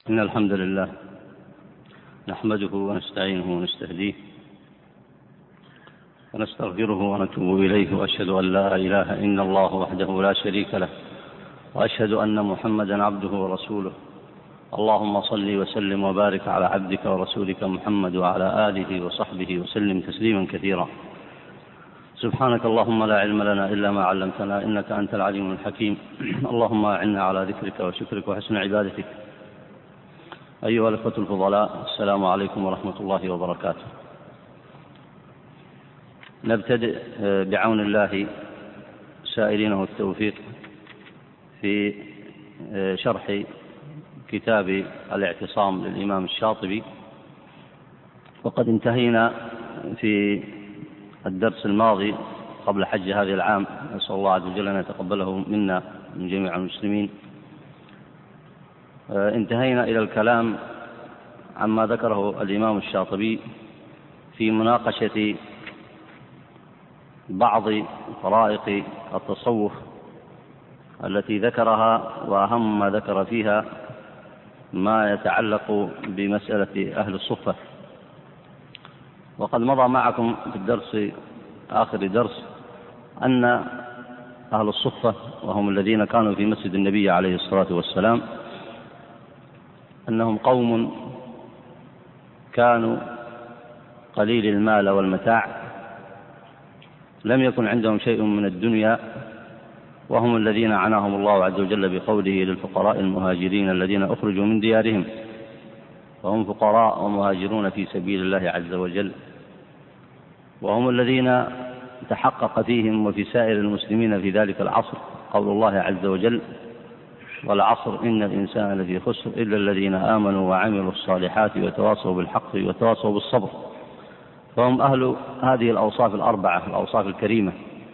إن الحمد لله نحمده ونستعينه ونستهديه ونستغفره ونتوب إليه، وأشهد أن لا إله إلا الله وحده لا شريك له، وأشهد أن محمدا عبده ورسوله. اللهم صل وسلم وبارك على عبدك ورسولك محمد وعلى آله وصحبه وسلم تسليما كثيرا. سبحانك اللهم لا علم لنا إلا ما علمتنا، إنك أنت العليم الحكيم. اللهم أعنا على ذكرك وشكرك وحسن عبادتك. أيها الأخوة الفضلاء، السلام عليكم ورحمة الله وبركاته. نبتدئ بعون الله سائلينه التوفيق في شرح كتاب الاعتصام للإمام الشاطبي، وقد انتهينا في الدرس الماضي قبل حج هذه العام، نسأل الله عز وجل أن يتقبله منا من جميع المسلمين. انتهينا إلى الكلام عما ذكره الإمام الشاطبي في مناقشة بعض طرائق التصوف التي ذكرها، وأهم ما ذكر فيها ما يتعلق بمسألة أهل الصفة. وقد مضى معكم في الدرس آخر درس أن أهل الصفة، وهم الذين كانوا في مسجد النبي عليه الصلاة والسلام، أنهم قوم كانوا قليل المال والمتاع، لم يكن عندهم شيء من الدنيا، وهم الذين عناهم الله عز وجل بقوله للفقراء المهاجرين الذين أخرجوا من ديارهم، وهم فقراء ومهاجرون في سبيل الله عز وجل، وهم الذين تحقق فيهم وفي سائر المسلمين في ذلك العصر قول الله عز وجل: والعصر إن الإنسان لفي خسر إلا الذين آمنوا وعملوا الصالحات وتواصوا بالحق وتواصوا بالصبر. فهم أهل هذه الأوصاف الأربعة، الأوصاف الكريمة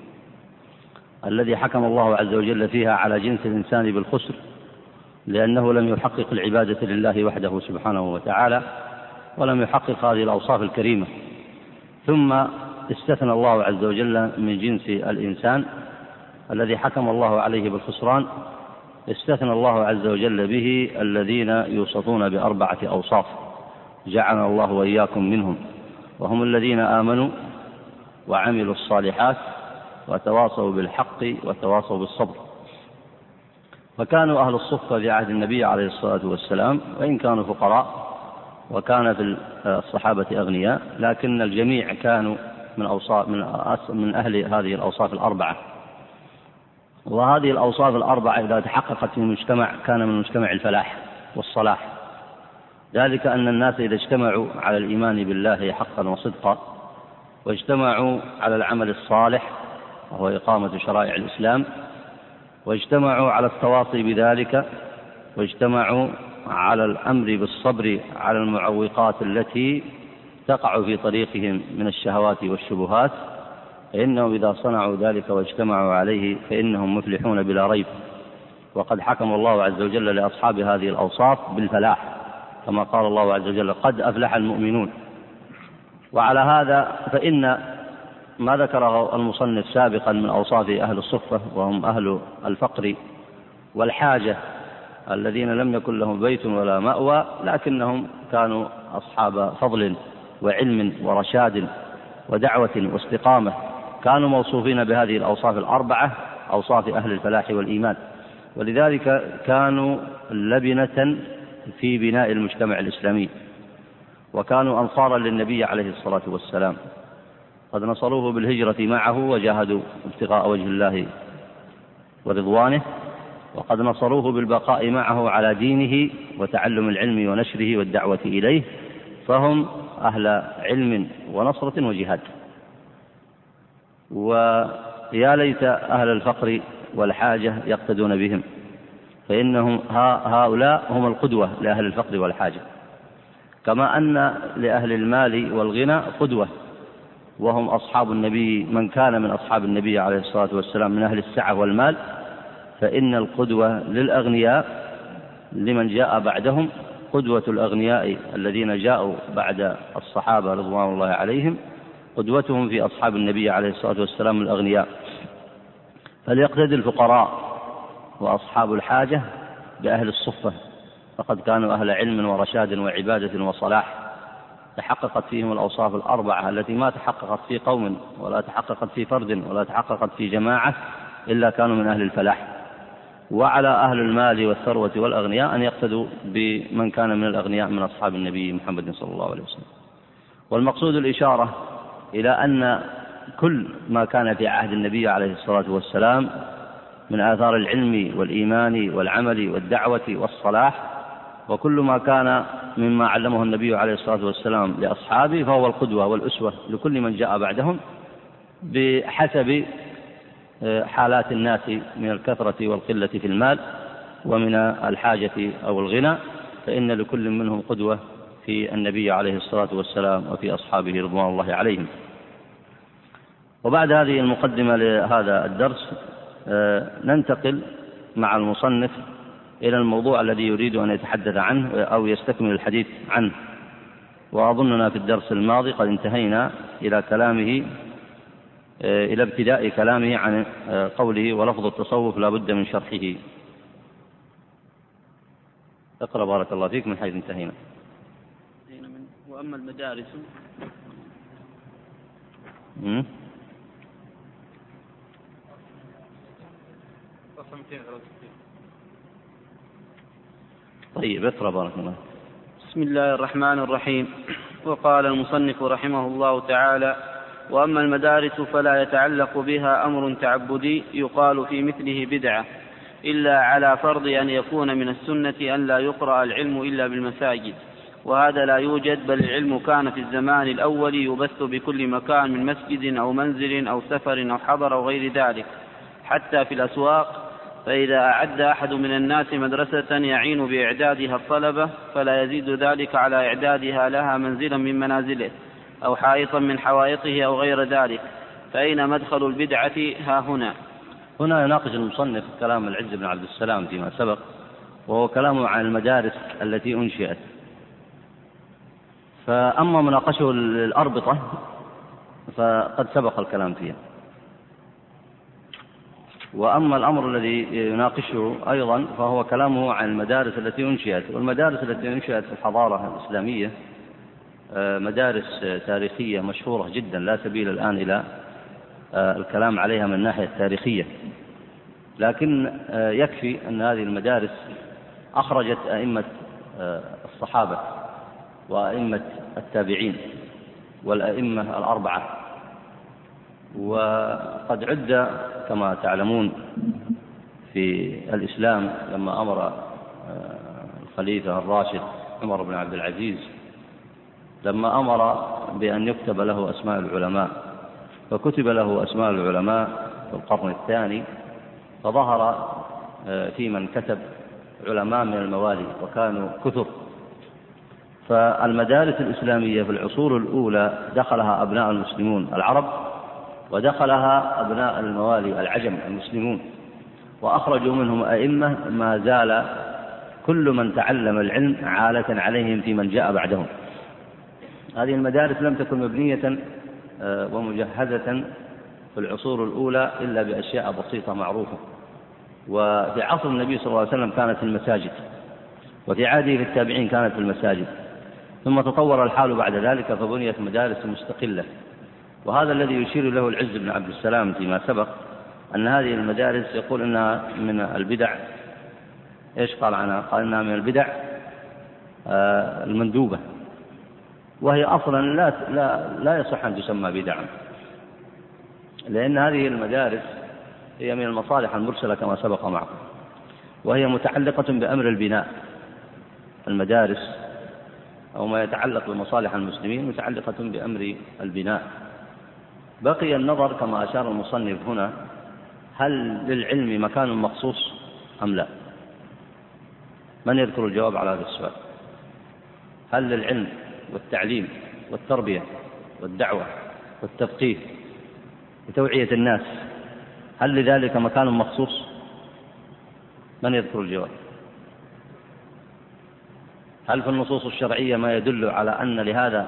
الذي حكم الله عز وجل فيها على جنس الإنسان بالخسر، لأنه لم يحقق العبادة لله وحده سبحانه وتعالى، ولم يحقق هذه الأوصاف الكريمة. ثم استثنى الله عز وجل من جنس الإنسان الذي حكم الله عليه بالخسران، استثنى الله عز وجل به الذين يوصفون بأربعة أوصاف جعلنا الله وإياكم منهم، وهم الذين آمنوا وعملوا الصالحات وتواصوا بالحق وتواصوا بالصبر. فكانوا أهل الصفة في عهد النبي عليه الصلاة والسلام، وإن كانوا فقراء وكان في الصحابة أغنياء، لكن الجميع كانوا من أهل هذه الأوصاف الأربعة. وهذه الأوصاف الأربعة إذا تحققت في المجتمع كان من مجتمع الفلاح والصلاح، ذلك أن الناس إذا اجتمعوا على الإيمان بالله حقا وصدقا، واجتمعوا على العمل الصالح وهو إقامة شرائع الإسلام، واجتمعوا على التواصي بذلك، واجتمعوا على الأمر بالصبر على المعوقات التي تقع في طريقهم من الشهوات والشبهات، فإنهم إذا صنعوا ذلك واجتمعوا عليه فإنهم مفلحون بلا ريب. وقد حكم الله عز وجل لأصحاب هذه الأوصاف بالفلاح، كما قال الله عز وجل: قد أفلح المؤمنون. وعلى هذا فإن ما ذكره المصنف سابقا من أوصاف أهل الصفة، وهم أهل الفقر والحاجة الذين لم يكن لهم بيت ولا مأوى، لكنهم كانوا أصحاب فضل وعلم ورشاد ودعوة واستقامة، كانوا موصوفين بهذه الأوصاف الأربعة، أوصاف أهل الفلاح والإيمان، ولذلك كانوا لبنة في بناء المجتمع الإسلامي، وكانوا أنصارا للنبي عليه الصلاة والسلام، قد نصروه بالهجرة معه وجاهدوا ابتغاء وجه الله ورضوانه، وقد نصروه بالبقاء معه على دينه وتعلم العلم ونشره والدعوة إليه، فهم أهل علم ونصرة وجهاد. ويا ليت أهل الفقر والحاجة يقتدون بهم، فإنهم هؤلاء هم القدوة لأهل الفقر والحاجة، كما أن لأهل المال والغنى قدوة، وهم أصحاب النبي، من كان من أصحاب النبي عليه الصلاة والسلام من أهل السعة والمال، فإن القدوة للأغنياء لمن جاء بعدهم، قدوة الأغنياء الذين جاءوا بعد الصحابة رضوان الله عليهم قدوتهم في أصحاب النبي عليه الصلاة والسلام الأغنياء. فليقتدي الفقراء وأصحاب الحاجة بأهل الصفة فقد كانوا أهل علم ورشاد وعبادة وصلاح، تحققت فيهم الأوصاف الأربعة التي ما تحققت في قوم ولا تحققت في فرد ولا تحققت في جماعة إلا كانوا من أهل الفلاح. وعلى أهل المال والثروة والأغنياء أن يقتدوا بمن كان من الأغنياء من أصحاب النبي محمد صلى الله عليه وسلم. والمقصود الإشارة إلى أن كل ما كان في عهد النبي عليه الصلاة والسلام من آثار العلم والإيمان والعمل والدعوة والصلاح، وكل ما كان مما علمه النبي عليه الصلاة والسلام لأصحابه فهو القدوة والأسوة لكل من جاء بعدهم بحسب حالات الناس من الكثرة والقلة في المال ومن الحاجة أو الغنى، فإن لكل منهم قدوة في النبي عليه الصلاة والسلام وفي أصحابه رضوان الله عليهم. وبعد هذه المقدمة لهذا الدرس ننتقل مع المصنف إلى الموضوع الذي يريد أن يتحدث عنه أو يستكمل الحديث عنه. وأظننا في الدرس الماضي قد انتهينا إلى ابتداء كلامه عن قوله ولفظ التصوف لا بد من شرحه. اقرأ بارك الله فيك من حيث انتهينا. وأما المدارس طيب اقرأ بارك الله. بسم الله الرحمن الرحيم. وقال المصنف رحمه الله تعالى: وأما المدارس فلا يتعلق بها أمر تعبدي يقال في مثله بدعة، إلا على فرض أن يكون من السنة أن لا يقرأ العلم إلا بالمساجد، وهذا لا يوجد، بل العلم كان في الزمان الأول يبث بكل مكان من مسجد أو منزل أو سفر أو حضر أو غير ذلك، حتى في الأسواق. فإذا أعد أحد من الناس مدرسة يعين بإعدادها الطلبة فلا يزيد ذلك على إعدادها لها منزلا من منازله أو حائطا من حوائطه أو غير ذلك، فأين مدخل البدعة ها هنا؟ هنا يناقش المصنف كلام العز بن عبد السلام فيما سبق، وهو كلامه عن المدارس التي أنشئت. فأما مناقشه الأربطة فقد سبق الكلام فيها، وأما الأمر الذي يناقشه أيضا فهو كلامه عن المدارس التي أنشئت. والمدارس التي أنشئت في الحضارة الإسلامية مدارس تاريخية مشهورة جدا، لا سبيل الآن إلى الكلام عليها من الناحية التاريخية، لكن يكفي أن هذه المدارس أخرجت أئمة الصحابة وأئمة التابعين والأئمة الأربعة. وقد عد كما تعلمون في الإسلام لما أمر الخليفة الراشد عمر بن عبد العزيز لما أمر بأن يكتب له أسماء العلماء، فكتب له أسماء العلماء في القرن الثاني، فظهر في من كتب علماء من الموالي وكانوا كثر. فالمدارس الإسلامية في العصور الأولى دخلها أبناء المسلمون العرب، ودخلها أبناء الموالي العجم المسلمون، وأخرجوا منهم أئمة ما زال كل من تعلم العلم عالة عليهم في من جاء بعدهم. هذه المدارس لم تكن مبنية ومجهزة في العصور الأولى إلا بأشياء بسيطة معروفة. وفي عصر النبي صلى الله عليه وسلم كانت في المساجد، وفي عهده في التابعين كانت في المساجد، ثم تطور الحال بعد ذلك فبنيت مدارس مستقلة. وهذا الذي يشير له العز بن عبد السلام فيما سبق، أن هذه المدارس يقول إنها من البدع. إيش قال عنها؟ قال إنها من البدع المندوبة، وهي أصلا لا يصح أن تسمى بدعا، لأن هذه المدارس هي من المصالح المرسلة كما سبق معكم، وهي متعلقة بأمر البناء. المدارس أو ما يتعلق بمصالح المسلمين متعلقة بأمر البناء. بقي النظر كما أشار المصنف هنا، هل للعلم مكان مخصوص أم لا؟ من يذكر الجواب على هذا السؤال؟ هل للعلم والتعليم والتربية والدعوة والتفقيه وتوعية الناس، هل لذلك مكان مخصوص؟ من يذكر الجواب؟ هل في النصوص الشرعية ما يدل على أن لهذا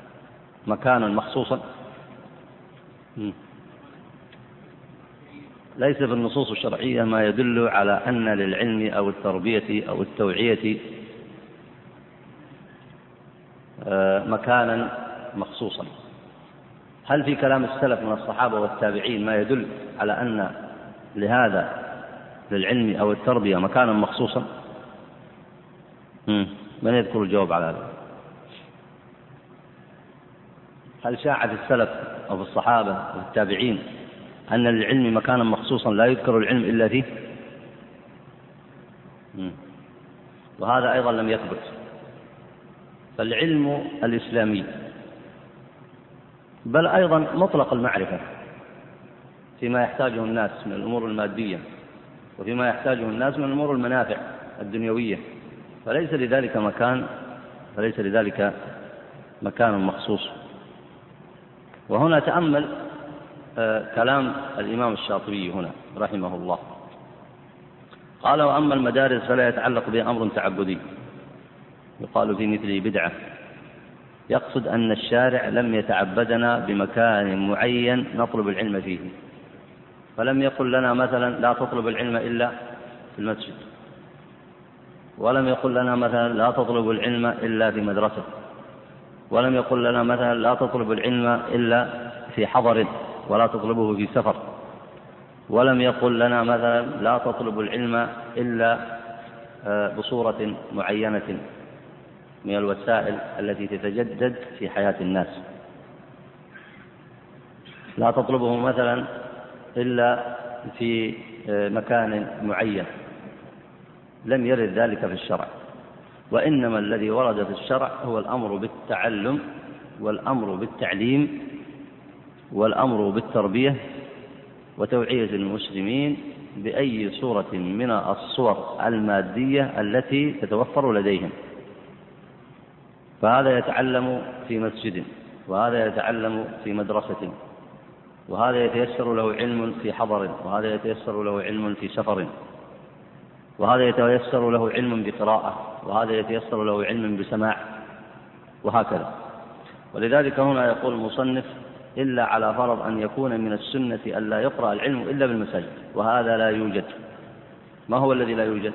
مكانا مخصوصا؟ ليس في النصوص الشرعية ما يدل على أن للعلم أو التربية أو التوعية مكانا مخصوصا. هل في كلام السلف من الصحابة والتابعين ما يدل على أن لهذا للعلم أو التربية مكانا مخصوصا؟ من يذكر الجواب على هذا؟ هل شاع في السلف أو في الصحابة والتابعين أن للعلم مكانا مخصوصا لا يذكر العلم إلا فيه؟ وهذا أيضا لم يثبت. فالعلم الإسلامي بل أيضا مطلق المعرفة فيما يحتاجه الناس من الأمور المادية وفيما يحتاجه الناس من الأمور المنافع الدنيوية، فليس لذلك مكان مخصوص. وهنا تأمل كلام الإمام الشاطبي هنا رحمه الله، قال: وأما المدارس فلا يتعلق بها أمر تعبدي يقال في مثله بدعة. يقصد أن الشارع لم يتعبدنا بمكان معين نطلب العلم فيه، فلم يقل لنا مثلا لا تطلب العلم إلا في المسجد، ولم يقل لنا مثلا لا تطلب العلم إلا في مدرسة، ولم يقل لنا مثلا لا تطلب العلم إلا في حضر ولا تطلبه في سفر، ولم يقل لنا مثلا لا تطلب العلم إلا بصورة معينة من الوسائل التي تتجدد في حياة الناس، لا تطلبه مثلا إلا في مكان معين. لم يرد ذلك في الشرع، وإنما الذي ورد في الشرع هو الأمر بالتعلم والأمر بالتعليم والأمر بالتربية وتوعية المسلمين بأي صورة من الصور المادية التي تتوفر لديهم. فهذا يتعلم في مسجد، وهذا يتعلم في مدرسة، وهذا يتيسر له علم في حضر، وهذا يتيسر له علم في سفر، وهذا يتيسر له علم بقراءة، وهذا يتيسر له علم بسماع، وهكذا. ولذلك هنا يقول المصنف: إلا على فرض أن يكون من السنة ألا يقرأ العلم إلا بالمساجد، وهذا لا يوجد. ما هو الذي لا يوجد؟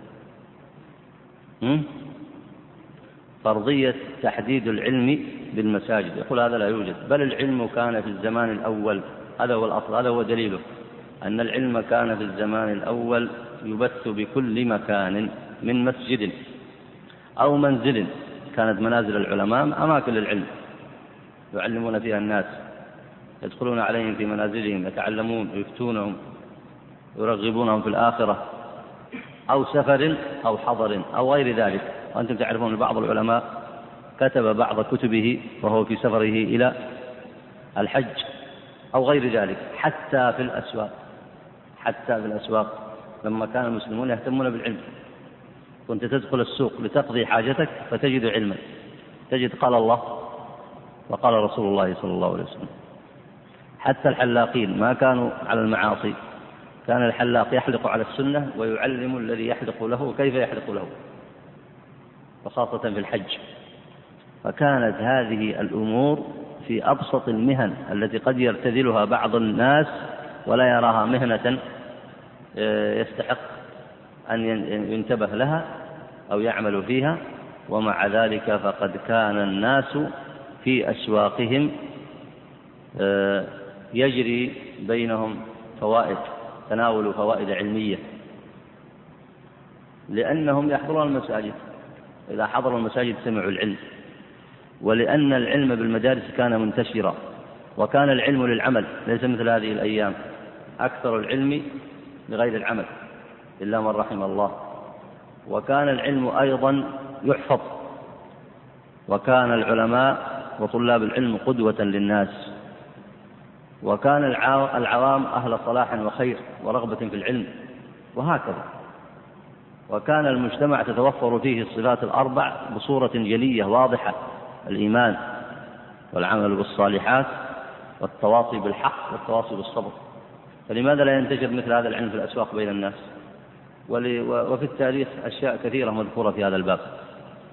فرضية تحديد العلم بالمساجد، يقول هذا لا يوجد، بل العلم كان في الزمان الأول، هذا هو الأصل، هذا هو دليله، أن العلم كان في الزمان الأول يبث بكل مكان من مسجد أو منزل. كانت منازل العلماء أماكن للعلم يعلمون فيها الناس، يدخلون عليهم في منازلهم، يتعلمون ويفتونهم ويرغبونهم في الآخرة، أو سفر أو حضر أو غير ذلك. وأنتم تعرفون بعض العلماء كتب بعض كتبه وهو في سفره إلى الحج أو غير ذلك. حتى في الأسواق لما كان المسلمون يهتمون بالعلم، كنت تدخل السوق لتقضي حاجتك فتجد علما، تجد قال الله وقال رسول الله صلى الله عليه وسلم. حتى الحلاقين ما كانوا على المعاصي، كان الحلاق يحلق على السنة ويعلم الذي يحلق له كيف يحلق له، وخاصة في الحج. فكانت هذه الأمور في أبسط المهن التي قد يرتذلها بعض الناس ولا يراها مهنة يستحق أن ينتبه لها أو يعمل فيها، ومع ذلك فقد كان الناس في أسواقهم يجري بينهم فوائد، تناول فوائد علمية، لأنهم يحضرون المساجد، إذا حضروا المساجد سمعوا العلم، ولأن العلم بالمدارس كان منتشرا، وكان العلم للعمل، ليس مثل هذه الأيام أكثر العلم لغير العمل إلا من رحم الله. وكان العلم أيضا يحفظ، وكان العلماء وطلاب العلم قدوة للناس، وكان العوام أهل صلاح وخير ورغبة في العلم، وهكذا. وكان المجتمع تتوفر فيه الصفات الأربع بصورة جلية واضحة: الإيمان والعمل بالصالحات والتواصي بالحق والتواصي بالصبر. فلماذا لا ينتشر مثل هذا العلم في الأسواق بين الناس؟ وفي التاريخ أشياء كثيرة مذكورة في هذا الباب.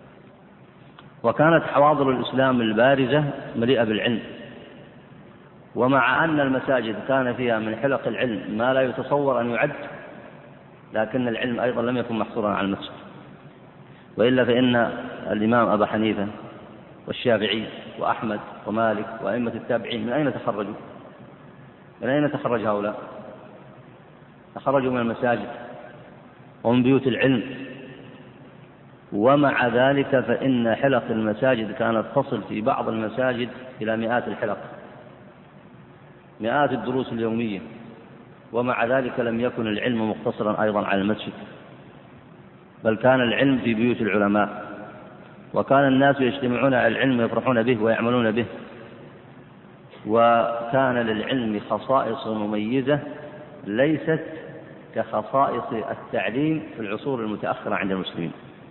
وكانت حواضر الإسلام البارزة مليئة بالعلم، ومع أن المساجد كان فيها من حلق العلم ما لا يتصور أن يعد، لكن العلم أيضا لم يكن محصورا على المسجد. وإلا فإن الإمام أبا حنيفة والشافعي وأحمد ومالك وأئمة التابعين من أين تخرجوا؟ من أين تخرج هؤلاء؟ تخرجوا من المساجد ومن بيوت العلم. ومع ذلك فإن حلق المساجد كانت تصل في بعض المساجد إلى مئات الحلق، مئات الدروس اليومية، ومع ذلك لم يكن العلم مقتصرا أيضا على المسجد، بل كان العلم في بيوت العلماء، وكان الناس يجتمعون على العلم ويفرحون به ويعملون به. وكان للعلم خصائص مميزة ليست كخصائص التعليم في العصور المتأخرة عند المسلمين.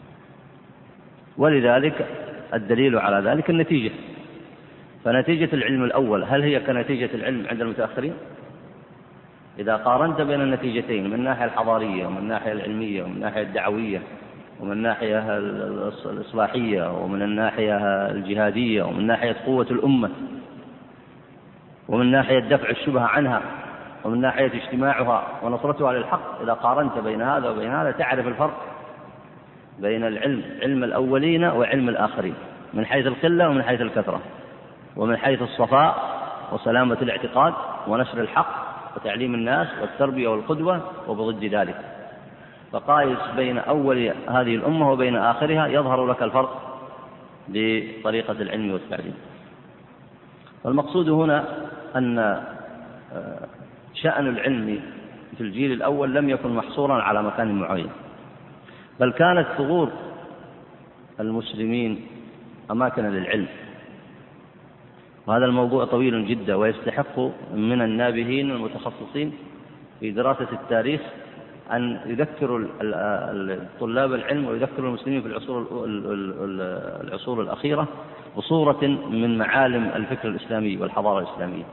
ولذلك الدليل على ذلك النتيجة. فنتيجة العلم الأول هل هي كنتيجة العلم عند المتأخرين؟ إذا قارنت بين النتيجتين من الناحية الحضارية ومن الناحية العلمية ومن الناحية الدعوية ومن الناحية الإصلاحية ومن الناحية الجهادية ومن ناحية قوة الأمة ومن ناحية دفع الشبهة عنها ومن ناحية اجتماعها ونصرتها للحق، إذا قارنت بين هذا وبين هذا تعرف الفرق بين العلم، علم الأولين وعلم الآخرين، من حيث القلة ومن حيث الكثرة، ومن حيث الصفاء وسلامة الاعتقاد ونشر الحق وتعليم الناس والتربية والقدوة وبضد ذلك. فقايس بين أول هذه الأمة وبين آخرها يظهر لك الفرق بطريقة العلم والتعليم. والمقصود هنا أن شأن العلم في الجيل الأول لم يكن محصورا على مكان معين، بل كانت ثغور المسلمين أماكن للعلم. وهذا الموضوع طويل جدا ويستحق من النابهين المتخصصين في دراسة التاريخ أن يذكروا طلاب العلم ويذكروا المسلمين في العصور الأخيرة بصورة من معالم الفكر الإسلامي والحضارة الإسلامية.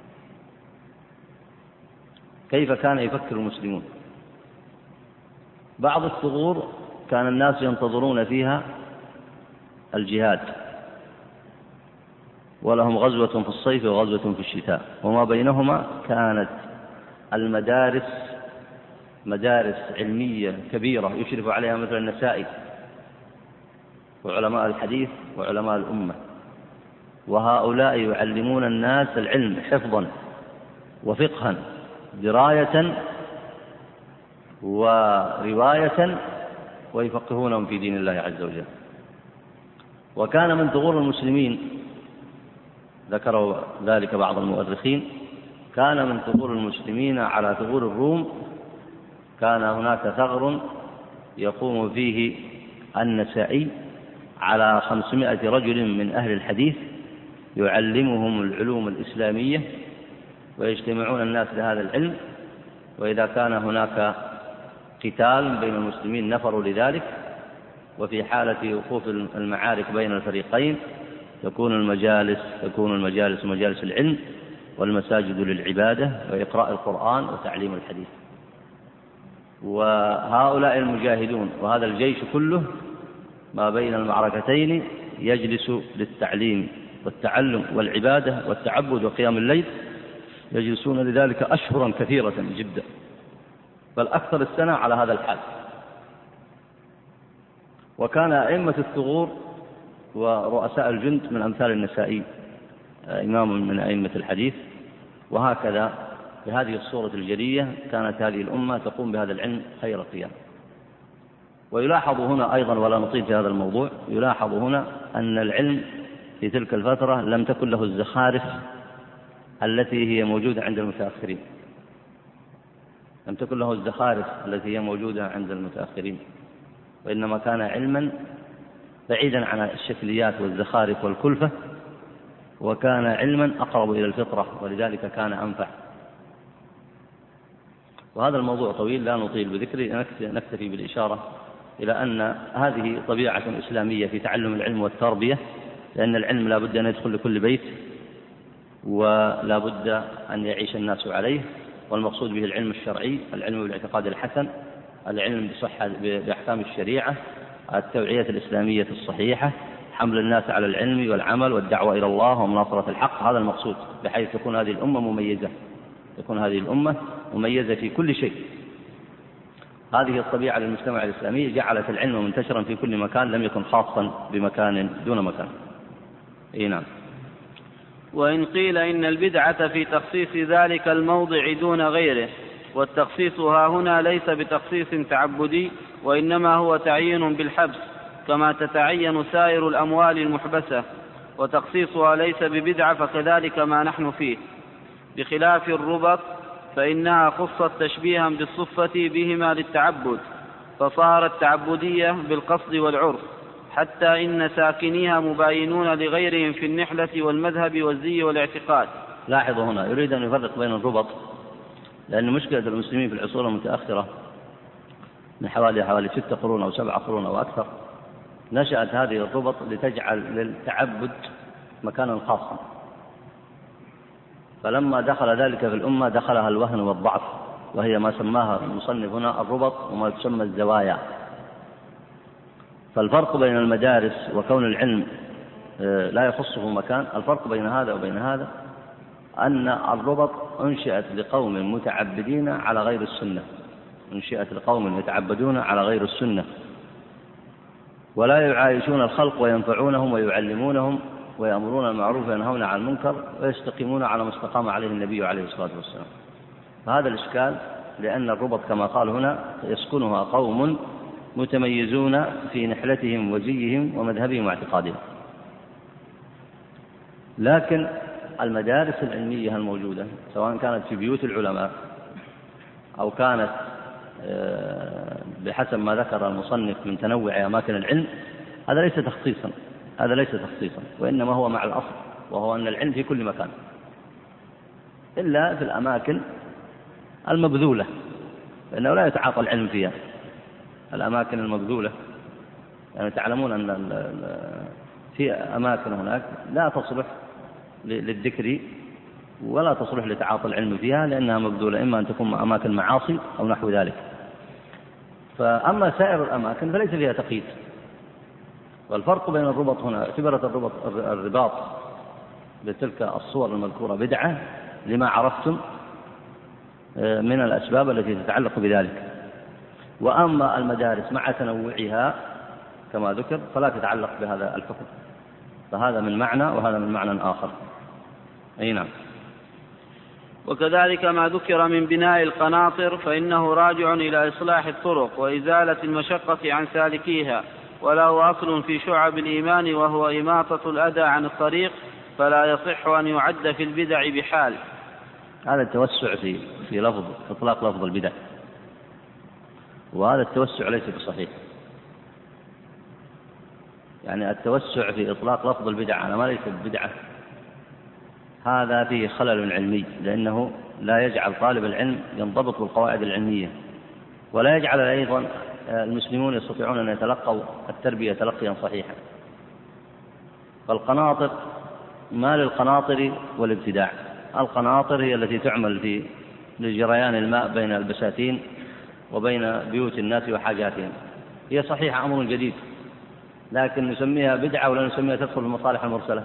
كيف كان يفكر المسلمون؟ بعض الثغور كان الناس ينتظرون فيها الجهاد، ولهم غزوة في الصيف وغزوة في الشتاء، وما بينهما كانت المدارس مدارس علمية كبيرة يشرف عليها مثل النسائي وعلماء الحديث وعلماء الأمة، وهؤلاء يعلمون الناس العلم حفظا وفقها، دراية ورواية، ويفقهونهم في دين الله عز وجل. وكان من ثغور المسلمين، ذكروا ذلك بعض المؤرخين، كان من ثغور المسلمين على ثغور الروم كان هناك ثغر يقوم فيه النسائي على 500 رجل من أهل الحديث يعلمهم العلوم الإسلامية ويجتمعون الناس لهذا العلم. وإذا كان هناك قتال بين المسلمين نفروا لذلك، وفي حالة وقوف المعارك بين الفريقين تكون المجالس مجالس العلم والمساجد للعبادة وإقراء القرآن وتعليم الحديث. وهؤلاء المجاهدون وهذا الجيش كله ما بين المعركتين يجلس للتعليم والتعلم والعبادة والتعبد وقيام الليل، يجلسون لذلك أشهرا كثيرة جدا، بل أكثر السنة على هذا الحال. وكان أئمة الثغور ورؤساء الجند من أمثال النسائي إمام من أئمة الحديث. وهكذا بهذه الصورة الجلية كانت هذه الأمة تقوم بهذا العلم خير قيام. ويلاحظ هنا أيضا، ولا نطيل في هذا الموضوع، يلاحظ هنا أن العلم في تلك الفترة لم تكن له الزخارف التي هي موجودة عند المتأخرين، لم تكن له الزخارف التي هي موجودة عند المتأخرين، وإنما كان علما بعيدا عن الشكليات والزخارف والكلفة، وكان علما أقرب إلى الفطرة، ولذلك كان أنفع. وهذا الموضوع طويل لا نطيل بذكره، نكتفي بالإشارة إلى أن هذه طبيعة إسلامية في تعلم العلم والتربية، لأن العلم لا بد أن يدخل لكل بيت ولا بد أن يعيش الناس عليه. والمقصود به العلم الشرعي، العلم بالاعتقاد الحسن، العلم بأحكام الشريعة، التوعية الإسلامية الصحيحة، حمل الناس على العلم والعمل والدعوة إلى الله ومناصرة الحق، هذا المقصود، بحيث تكون هذه الأمة مميزة، تكون هذه الأمة مميزة في كل شيء. هذه الطبيعة للمجتمع الإسلامي جعلت العلم منتشرا في كل مكان، لم يكن خاصا بمكان دون مكان. نعم. وإن قيل إن البدعة في تخصيص ذلك الموضع دون غيره، والتخصيص ها هنا ليس بتخصيص تعبدي، وإنما هو تعيين بالحبس كما تتعين سائر الأموال المحبسة، وتخصيصها ليس ببدعة، فكذلك ما نحن فيه، بخلاف الربط فإنها خصت تشبيها بالصفة بهما للتعبد، فصارت تعبدية بالقصد والعرف، حتى إن ساكنيها مباينون لغيرهم في النحلة والمذهب والزي والاعتقاد. لاحظوا هنا يريد أن يفرق بين الربط، لأن مشكلة المسلمين في العصور المتأخرة من حوالي 6 قرون أو 7 قرون أو أكثر، نشأت هذه الربط لتجعل للتعبد مكانا خاصا، فلما دخل ذلك في الأمة دخلها الوهن والضعف، وهي ما سماها المصنف هنا الربط وما تسمى الزوايا. فالفرق بين المدارس وكون العلم لا يخصه مكان، الفرق بين هذا وبين هذا أن الربط أنشئت لقوم متعبدين على غير السنة، أنشئت لقوم يتعبدون على غير السنة، ولا يعايشون الخلق وينفعونهم ويعلمونهم ويأمرون المعروف وينهون عن المنكر ويستقيمون على ما استقام عليه النبي عليه الصلاة والسلام. فهذا الإشكال، لأن الربط كما قال هنا يسكنها قوم متميزون في نحلتهم وزيهم ومذهبهم واعتقادهم. لكن المدارس العلمية الموجودة سواء كانت في بيوت العلماء أو كانت بحسب ما ذكر المصنف من تنوع أماكن العلم، هذا ليس تخصيصا، وإنما هو مع الأصل، وهو أن العلم في كل مكان إلا في الأماكن المبذولة، فإنه لا يتعاطى العلم فيها. الأماكن المبذولة يعني تعلمون أن في أماكن هناك لا تصلح للذكر ولا تصلح لتعاطى العلم فيها، لأنها مبذولة، إما أن تكون أماكن معاصي أو نحو ذلك. فأما سائر الأماكن فليس فيها تقييد. والفرق بين الربط هنا، اعتبرت الرباط بتلك الصور المذكورة بدعة لما عرفتم من الأسباب التي تتعلق بذلك. وأما المدارس مع تنوعها كما ذكر فلا تتعلق بهذا الحكم، فهذا من معنى وهذا من معنى آخر. نعم. وكذلك ما ذكر من بناء القناطر فإنه راجع إلى إصلاح الطرق وإزالة المشقة عن سالكيها، وله أصل في شعب الإيمان وهو إماطة الأذى عن الطريق، فلا يصح أن يعد في البدع بحال. هذا التوسع في لفظ إطلاق لفظ البدع، وهذا التوسع ليس بصحيح. يعني التوسع في إطلاق لفظ البدع على ما ليس بدعة هذا فيه خلل علمي، لأنه لا يجعل طالب العلم ينضبط بالقواعد العلمية، ولا يجعل أيضا المسلمون يستطيعون أن يتلقوا التربية تلقيا صحيحا. فالقناطر ما للقناطر والابتداع. القناطر هي التي تعمل لجريان الماء بين البساتين وبين بيوت الناس وحاجاتهم، هي صحيحة أمر جديد، لكن نسميها بدعة ولا نسميها تدخل في المصالح المرسلة؟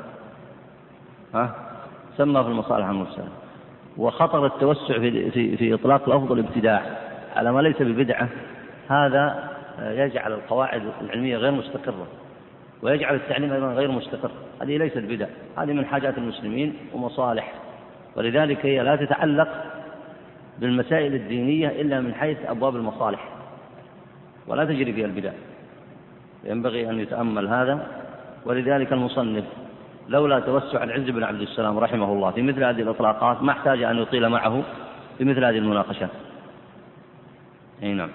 سمى في المصالح المرسلة. وخطر التوسع في إطلاق لفظ الابتداع على ما ليس ببدعة، هذا يجعل القواعد العلمية غير مستقرة، ويجعل التعليم أيضا غير مستقر. هذه ليست بدعة، هذه من حاجات المسلمين ومصالح، ولذلك هي لا تتعلق بالمسائل الدينية إلا من حيث أبواب المصالح، ولا تجري فيها البدع. ينبغي أن يتأمل هذا. ولذلك المصنف لولا توسع العز بن عبد السلام رحمه الله في مثل هذه الإطلاقات ما احتاج أن يطيل معه في مثل هذه المناقشات. نعم.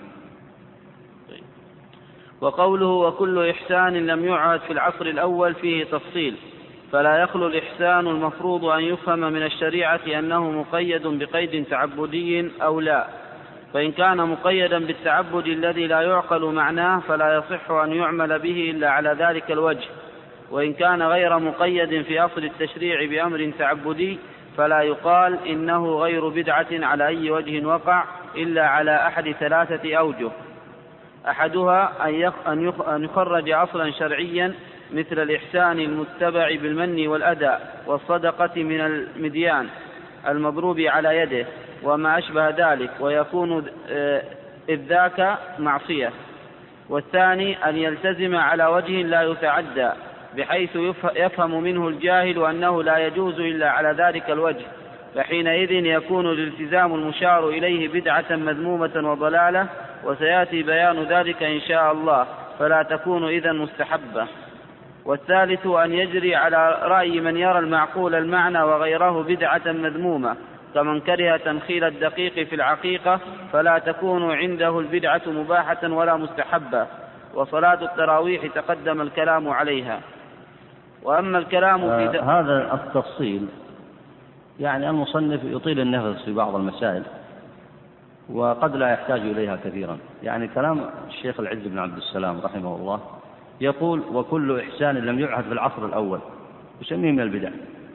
وقوله وكل إحسان لم يعهد في العصر الأول فيه تفصيل، فلا يخلو الإحسان المفروض أن يفهم من الشريعة أنه مقيد بقيد تعبدي أو لا، فإن كان مقيدا بالتعبد الذي لا يعقل معناه فلا يصح أن يعمل به إلا على ذلك الوجه، وإن كان غير مقيد في أصل التشريع بأمر تعبدي فلا يقال إنه غير بدعة على أي وجه وقع إلا على أحد 3 أوجه: أحدها أن يخرج أصلا شرعيا مثل الإحسان المتبع بالمن والأداء والصدقة من المديان المضروب على يده وما أشبه ذلك، ويكون إذ ذاك معصية. والثاني أن يلتزم على وجه لا يتعدى، بحيث يفهم منه الجاهل أنه لا يجوز إلا على ذلك الوجه، فحينئذ يكون الالتزام المشار إليه بدعة مذمومة وضلالة، وسيأتي بيان ذلك إن شاء الله، فلا تكون إذن مستحبة. والثالث أن يجري على رأي من يرى المعقول المعنى وغيره بدعة مذمومة، كمن كره تنخيل الدقيق في العقيقة، فلا تكون عنده البدعة مباحة ولا مستحبة. وصلاة التراويح تقدم الكلام عليها. وأما الكلام في هذا التفصيل يعني المصنف يطيل النفس في بعض المسائل وقد لا يحتاج إليها كثيرا. يعني كلام الشيخ العز بن عبد السلام رحمه الله يقول: وكل إحسان لم يعهد في العصر الأول، يسميه من البدع.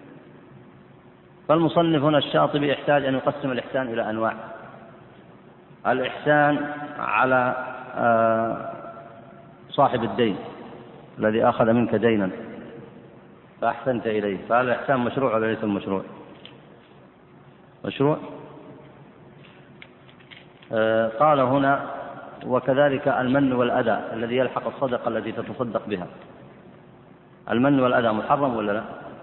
فالمصنف هنا الشاطبي يحتاج أن يقسم الإحسان إلى أنواع: الإحسان على صاحب الدين الذي أخذ منك دينا فأحسنت إليه، فهذا الإحسان مشروع ولا ليس مشروع؟ مشروع. قال هنا: وكذلك المن والأذى الذي يلحق الصدقة التي تتصدق بها. المن والأذى محرم ولا لا؟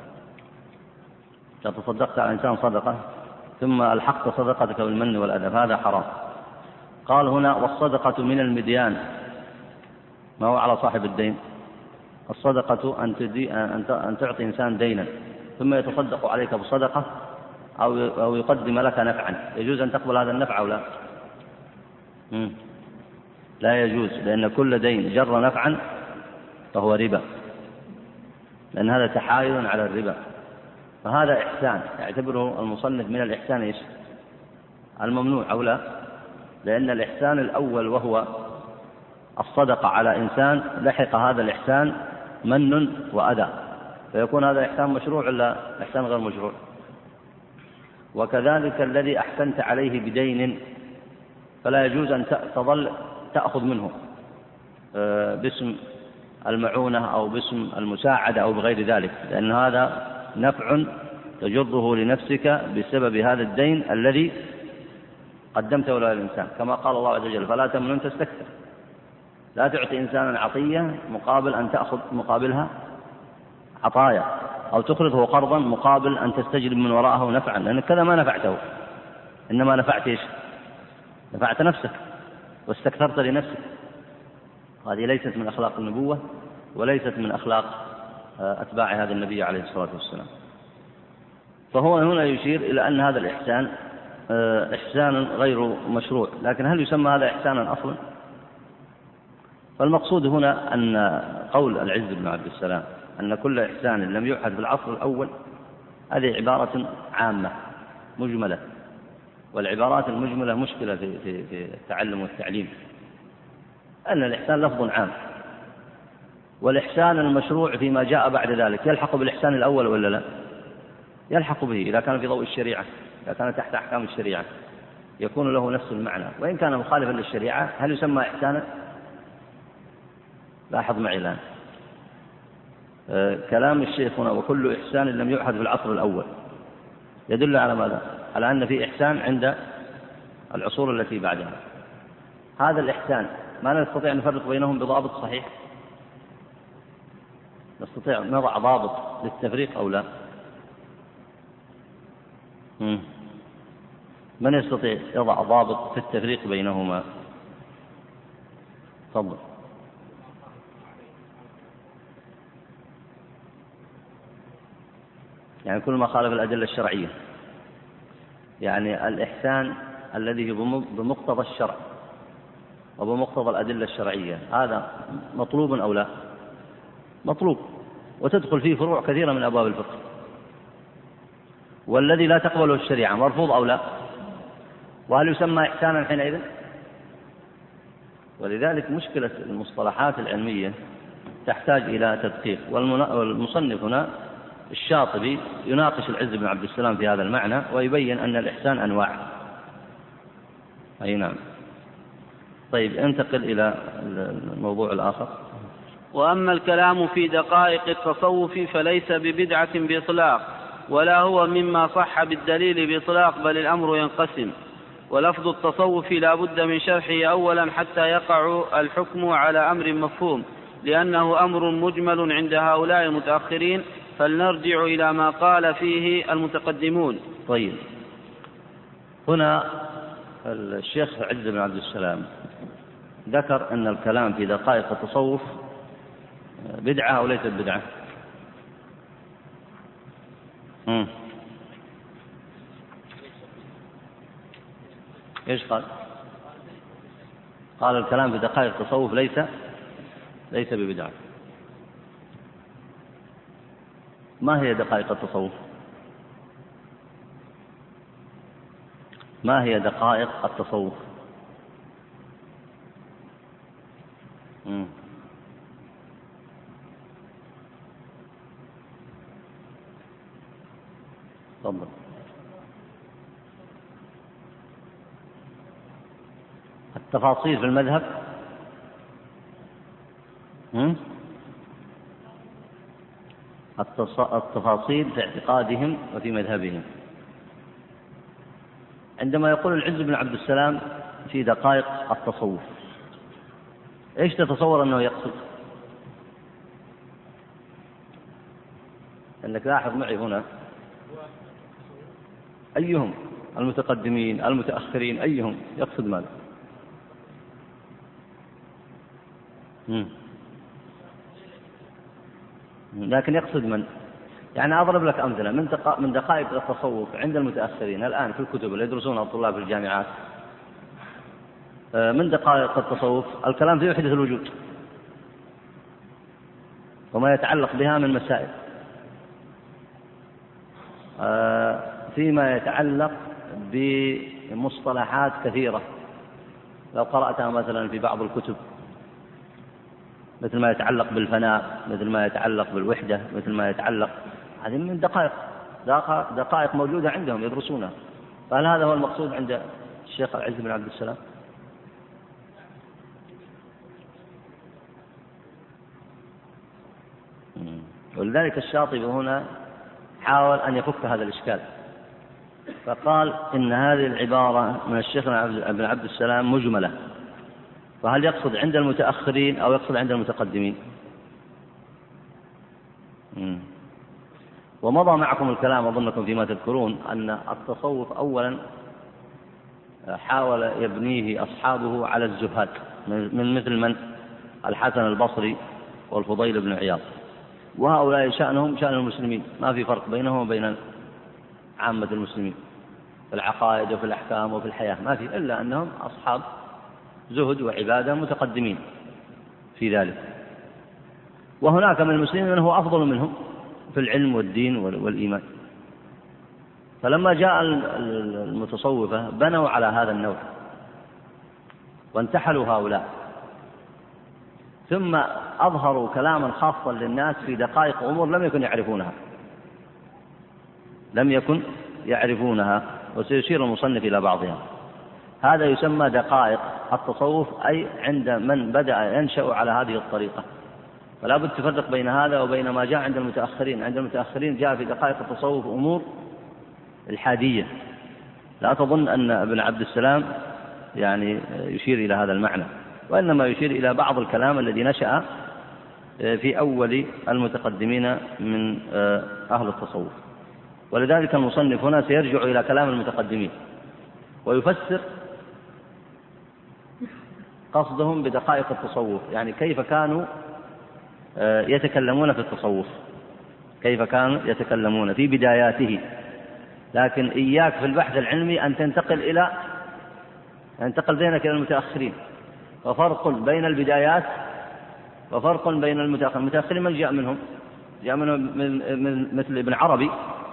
إذا تصدقت على إنسان صدقة ثم ألحقت صدقتك بالمن والأذى فهذا حرام. قال هنا: والصدقة من المديان، ما هو على صاحب الدين. الصدقة أن تعطي إنسان دينا ثم يتصدق عليك بصدقة أو يقدم لك نفعا، يجوز أن تقبل هذا النفع أو لا؟ لا يجوز، لأن كل دين جر نفعا فهو ربا، لأن هذا تحايل على الربا. فهذا إحسان يعتبره المصنف من الإحسان إيش؟ الممنوع أو لا؟ لأن الإحسان الأول وهو الصدقة على إنسان لحق هذا الإحسان من وأذى، فيكون هذا إحسان مشروع ولا إحسان غير مشروع؟ وكذلك الذي أحسنت عليه بدين فلا يجوز أن تظل تأخذ منه باسم المعونة أو باسم المساعدة أو بغير ذلك، لأن هذا نفع تجره لنفسك بسبب هذا الدين الذي قدمته له الإنسان، كما قال الله عز وجل: فلا تمنن تستكثر. لا تعطي إنسانا عطية مقابل أن تأخذ مقابلها عطايا، أو تقرضه قرضا مقابل أن تستجلب من وراءه نفعا، لأن كذا ما نفعته، إنما نفعت إيش؟ نفعت نفسك واستكثرت لنفسك. هذه ليست من أخلاق النبوة وليست من أخلاق أتباع هذا النبي عليه الصلاة والسلام. فهو هنا يشير إلى أن هذا الإحسان إحسان غير مشروع. لكن هل يسمى هذا إحسانا أصلا؟ فالمقصود هنا أن قول العز بن عبد السلام أن كل إحسان لم يعهد في العصر الأول هذه عبارة عامة مجملة، والعبارات المجملة مشكلة في التعلم والتعليم، أن الإحسان لفظ عام، والإحسان المشروع فيما جاء بعد ذلك يلحق بالإحسان الأول ولا لا؟ يلحق به إذا كان في ضوء الشريعة، إذا كان تحت أحكام الشريعة يكون له نفس المعنى، وإن كان مخالفا للشريعة هل يسمى إحسانا؟ لاحظ معي الآن كلام الشيخ هنا: وكل إحسان لم يعهد في العصر الأول، يدل على ماذا؟ على أن في إحسان عند العصور التي بعدها. هذا الإحسان ما نستطيع أن نفرق بينهم بضابط صحيح؟ نستطيع نضع ضابط للتفريق أو لا؟ من يستطيع يضع ضابط في التفريق بينهما؟ تفضل. يعني كل ما خالف الأدلة الشرعية، يعني الإحسان الذي بمقتضى الشرع وبمقتضى الأدلة الشرعية هذا مطلوب أو لا؟ مطلوب، وتدخل فيه فروع كثيرة من أبواب الفقه. والذي لا تقبله الشريعة مرفوض أو لا؟ وهل يسمى إحسانا حينئذ؟ ولذلك مشكلة المصطلحات العلمية تحتاج إلى تدقيق. والمصنف هنا الشاطبي يناقش العز بن عبد السلام في هذا المعنى ويبين أن الإحسان أنواع. أي نعم. طيب انتقل إلى الموضوع الآخر. وأما الكلام في دقائق التصوف فليس ببدعة بإطلاق، ولا هو مما صح بالدليل بإطلاق، بل الأمر ينقسم. ولفظ التصوف لا بد من شرحه أولا حتى يقع الحكم على أمر مفهوم، لأنه أمر مجمل عند هؤلاء المتأخرين، فلنرجع إلى ما قال فيه المتقدمون. طيب، هنا الشيخ عز بن عبد السلام ذكر أن الكلام في دقائق التصوف بدعة أو ليست بدعة. إيش قال؟ قال الكلام في دقائق التصوف ليس ببدعة. ما هي دقائق التصوف؟ ما هي دقائق التصوف؟ تفضل. التفاصيل في المذهب، التفاصيل في اعتقادهم وفي مذهبهم. عندما يقول العز بن عبد السلام في دقائق التصوف، ايش تتصور انه يقصد؟ انك لاحظ معي هنا ايهم المتقدمين المتاخرين ايهم يقصد ماذا؟ لكن يقصد من؟ يعني أضرب لك أمثلة من دقائق التصوف عند المتأخرين الآن في الكتب اللي يدرسونها الطلاب في الجامعات. من دقائق التصوف الكلام في وحدة الوجود وما يتعلق بها من مسائل، فيما يتعلق بمصطلحات كثيرة لو قرأتها مثلا في بعض الكتب، مثل ما يتعلق بالفناء، مثل ما يتعلق بالوحدة، مثل ما يتعلق، هذه من دقائق موجودة عندهم يدرسونها. فهل هذا هو المقصود عند الشيخ العز بن عبد السلام؟ ولذلك الشاطبي هنا حاول أن يفك هذا الإشكال، فقال إن هذه العبارة من الشيخ بن عبد السلام مجملة، فهل يقصد عند المتأخرين أو يقصد عند المتقدمين؟ ومضى معكم الكلام أظنكم فيما تذكرون أن التصوف أولا حاول يبنيه أصحابه على الزهاد من مثل من؟ الحسن البصري والفضيل بن عياض، وهؤلاء شأنهم شأن المسلمين، ما في فرق بينهم وبين عامة المسلمين في العقائد وفي الأحكام وفي الحياة، ما في، إلا أنهم أصحاب زهد وعبادة متقدمين في ذلك. وهناك من المسلمين من هو أفضل منهم في العلم والدين والإيمان. فلما جاء المتصوفة بنوا على هذا النوع وانتحلوا هؤلاء، ثم أظهروا كلاما خاصا للناس في دقائق أمور لم يكن يعرفونها، وسيشير المصنف إلى بعضها. هذا يسمى دقائق التصوف، أي عند من بدأ ينشأ على هذه الطريقة. فلا بد تفرق بين هذا وبين ما جاء عند المتأخرين. عند المتأخرين جاء في دقائق التصوف أمور الحادية، لا تظن أن ابن عبد السلام يعني يشير إلى هذا المعنى، وإنما يشير إلى بعض الكلام الذي نشأ في أول المتقدمين من أهل التصوف. ولذلك المصنف هنا سيرجع إلى كلام المتقدمين ويفسر قصدهم بدقائق التصوف، يعني كيف كانوا يتكلمون في التصوف، كيف كانوا يتكلمون في بداياته. لكن إياك في البحث العلمي أن تنتقل بينك إلى المتأخرين، وفرق بين البدايات وفرق بين المتأخرين. المتأخرين من جاء منهم من مثل ابن عربي،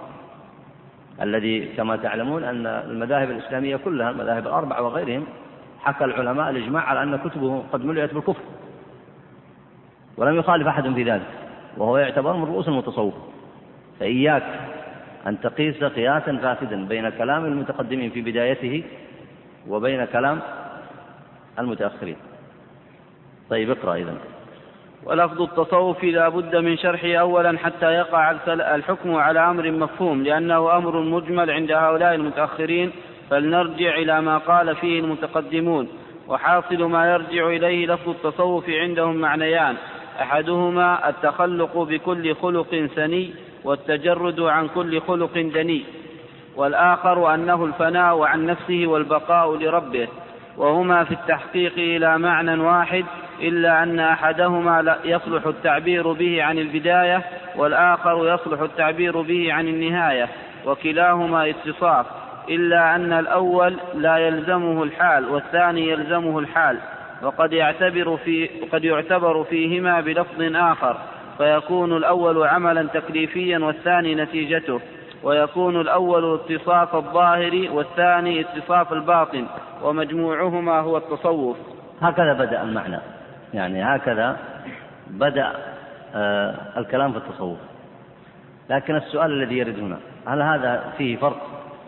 الذي كما تعلمون أن المذاهب الإسلامية كلها المذاهب الأربعة وغيرهم حكى العلماء الإجماع على أن كتبه قد ملئت بالكفر، ولم يخالف أحد في ذلك، وهو يعتبر من رؤوس المتصوف. فإياك أن تقيس قياسا فاسدا بين كلام المتقدمين في بدايته وبين كلام المتأخرين. طيب اقرأ إذن. ولفظ التصوف لا بد من شرحه أولا حتى يقع الحكم على أمر مفهوم، لأنه أمر مجمل عند هؤلاء المتأخرين، فلنرجع إلى ما قال فيه المتقدمون. وحاصل ما يرجع إليه لفظ التصوف عندهم معنيان: أحدهما التخلق بكل خلق سني والتجرد عن كل خلق دني، والآخر أنه الفناء عن نفسه والبقاء لربه، وهما في التحقيق إلى معنى واحد، إلا أن أحدهما لا يصلح التعبير به عن البداية، والآخر يصلح التعبير به عن النهاية، وكلاهما اتصاف، إلا أن الأول لا يلزمه الحال والثاني يلزمه الحال، وقد يعتبر فيهما بلفظ آخر، فيكون الأول عملا تكليفيا والثاني نتيجته، ويكون الأول اتصاف الظاهر والثاني اتصاف الباطن، ومجموعهما هو التصوف. هكذا بدأ المعنى، يعني هكذا بدأ الكلام في التصوف. لكن السؤال الذي يرد هنا: هل هذا فيه فرق؟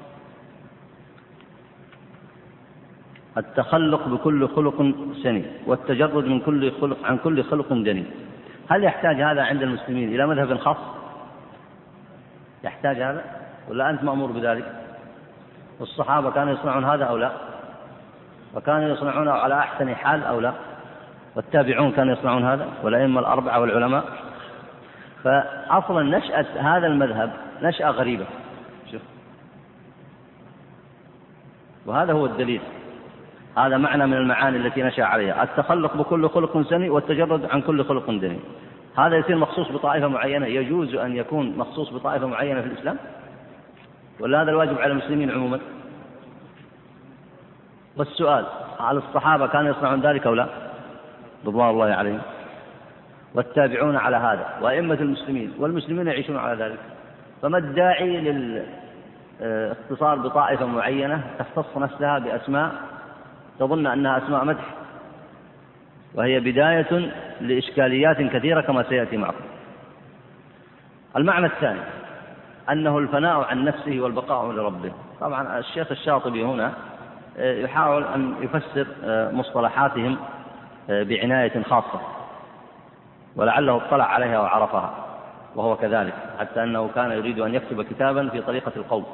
التخلق بكل خلق سني والتجرد من كل خلق عن كل خلق دني، هل يحتاج هذا عند المسلمين إلى مذهب خاص؟ يحتاج هذا ولا أنت مأمور بذلك؟ والصحابة كانوا يصنعون هذا أو لا؟ وكانوا يصنعونه على أحسن حال أو لا؟ والتابعون كانوا يصنعون هذا، والأئمة الأربعة والعلماء. فأصلا نشأة هذا المذهب نشأة غريبة، شوف، وهذا هو الدليل. هذا معنى من المعاني التي نشأ عليها: التخلق بكل خلق سني والتجرد عن كل خلق دني. هذا يصير مخصوص بطائفة معينة؟ يجوز أن يكون مخصوص بطائفة معينة في الإسلام؟ ولا هذا الواجب على المسلمين عموما؟ والسؤال: هل الصحابة كانوا يصنعون ذلك أو لا رضوان الله عليهم؟ والتابعون على هذا، وأئمة المسلمين، والمسلمين يعيشون على ذلك. فما الداعي للاختصار بطائفة معينة تختص نفسها بأسماء تظن أنها أسماء مدح، وهي بداية لإشكاليات كثيرة كما سيأتي معكم. المعنى الثاني أنه الفناء عن نفسه والبقاء لربه. طبعا الشيخ الشاطبي هنا يحاول أن يفسر مصطلحاتهم بعناية خاصة، ولعله اطلع عليها وعرفها، وهو كذلك، حتى أنه كان يريد أن يكتب كتابا في طريقة القول.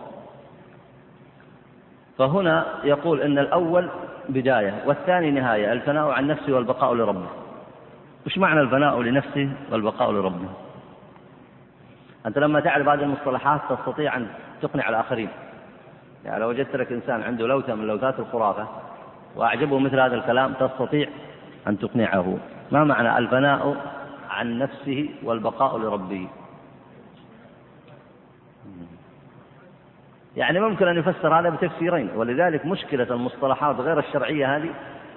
فهنا يقول إن الأول بداية والثاني نهاية، الفناء عن نفسه والبقاء لربه. وش معنى الفناء لنفسه والبقاء لربه؟ أنت لما تعرف هذه المصطلحات تستطيع أن تقنع الآخرين. يعني لو وجدت لك إنسان عنده لوثة من لوثات الخرافة وأعجبه مثل هذا الكلام تستطيع أن تقنعه. ما معنى الفناء عن نفسه والبقاء لربه؟ يعني ممكن أن يفسر هذا بتفسيرين، ولذلك مشكلة المصطلحات غير الشرعية هذه،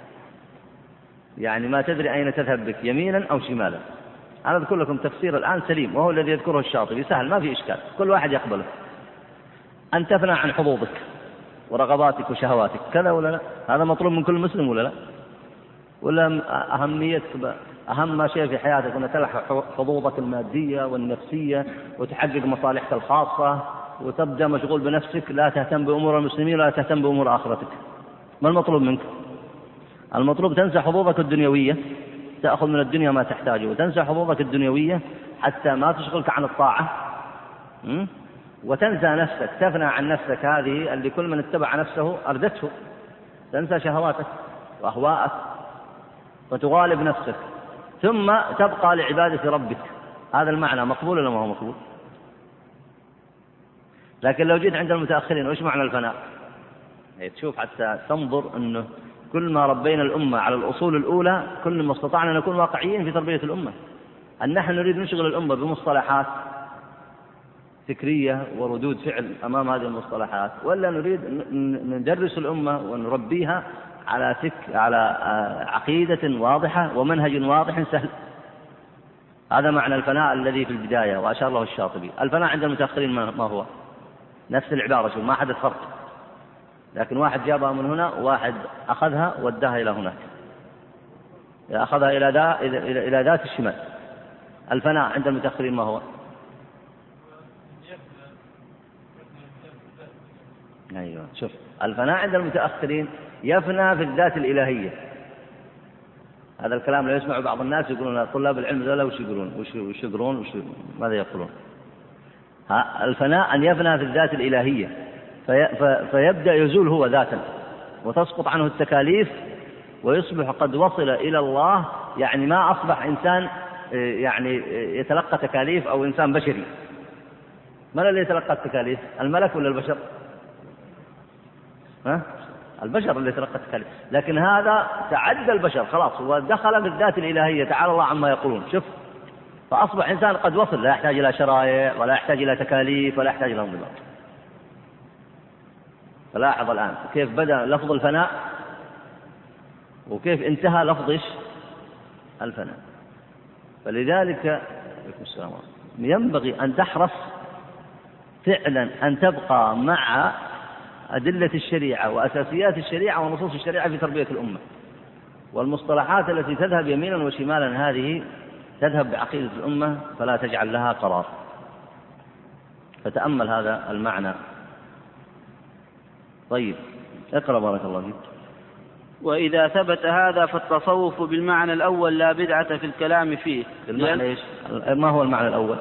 يعني ما تدري أين تذهب بك، يمينا أو شمالا. أنا أذكر لكم تفسير الآن سليم، وهو الذي يذكره الشاطبي، سهل ما في إشكال، كل واحد يقبله. أن تفنى عن حظوظك ورغباتك وشهواتك، كذا ولا لا؟ هذا مطلوب من كل مسلم ولا لا؟ ولا أهم شيء في حياتك أن تلحق حظوظك المادية والنفسية وتحقق مصالحك الخاصة وتبدأ مشغول بنفسك، لا تهتم بأمور المسلمين ولا تهتم بأمور آخرتك؟ ما المطلوب منك؟ المطلوب تنسى حظوظك الدنيوية، تأخذ من الدنيا ما تحتاجه، وتنسى حظوظك الدنيوية حتى ما تشغلك عن الطاعة، وتنسى نفسك، تفنى عن نفسك هذه اللي كل من اتبع نفسه أردته، تنسى شهواتك وأهواءك وتغالب نفسك، ثم تبقى لعبادة ربك. هذا المعنى مقبول ولا ما هو مقبول؟ لكن لو جيت عند المتأخرين وإيش معنى الفناء؟ تشوف حتى تنظر أنه كل ما ربينا الأمة على الأصول الأولى كل ما استطعنا أن نكون واقعيين في تربية الأمة. أن نحن نريد نشغل الأمة بمصطلحات فكرية وردود فعل أمام هذه المصطلحات، ولا نريد ندرس الأمة ونربيها على عقيدة واضحة ومنهج واضح سهل. هذا معنى الفناء الذي في البداية وأشار له الشاطبي. الفناء عند المتأخرين ما هو؟ نفس العبارة، شوف ما حدث فرق، لكن واحد جابها من هنا وواحد أخذها وداها إلى هناك، أخذها إلى ذات الشمال. الفناء عند المتأخرين ما هو؟ أيوة، شوف، الفناء عند المتأخرين يفنى في الذات الإلهية. هذا الكلام لا يسمع بعض الناس يقولون طلاب العلم ذولا وش يقولون ماذا يقولون. الفناء أن يفنى في الذات الإلهية فيبدأ يزول هو ذاتا وتسقط عنه التكاليف ويصبح قد وصل إلى الله، يعني ما أصبح إنسان يعني يتلقى تكاليف أو إنسان بشري. من الذي يتلقى التكاليف؟ الملك ولا البشر؟ البشر اللي يتلقى التكاليف، لكن هذا تعدى البشر خلاص ودخل بالذات الإلهية تعالى الله عما يقولون. شوف، فأصبح إنسان قد وصل، لا يحتاج إلى شرائع ولا يحتاج إلى تكاليف ولا يحتاج إلى انضباط. فلاحظ الآن كيف بدأ لفظ الفناء وكيف انتهى لفظ الفناء. فلذلك ينبغي أن تحرص فعلا أن تبقى مع أدلة الشريعة وأساسيات الشريعة ونصوص الشريعة في تربية الأمة، والمصطلحات التي تذهب يمينا وشمالا هذه تذهب بعقيدة الأمة فلا تجعل لها قرار. فتأمل هذا المعنى. طيب اقرأ بارك الله فيك. وإذا ثبت هذا فالتصوف بالمعنى الأول لا بدعة في الكلام فيه. المعنى ما هو المعنى الأول؟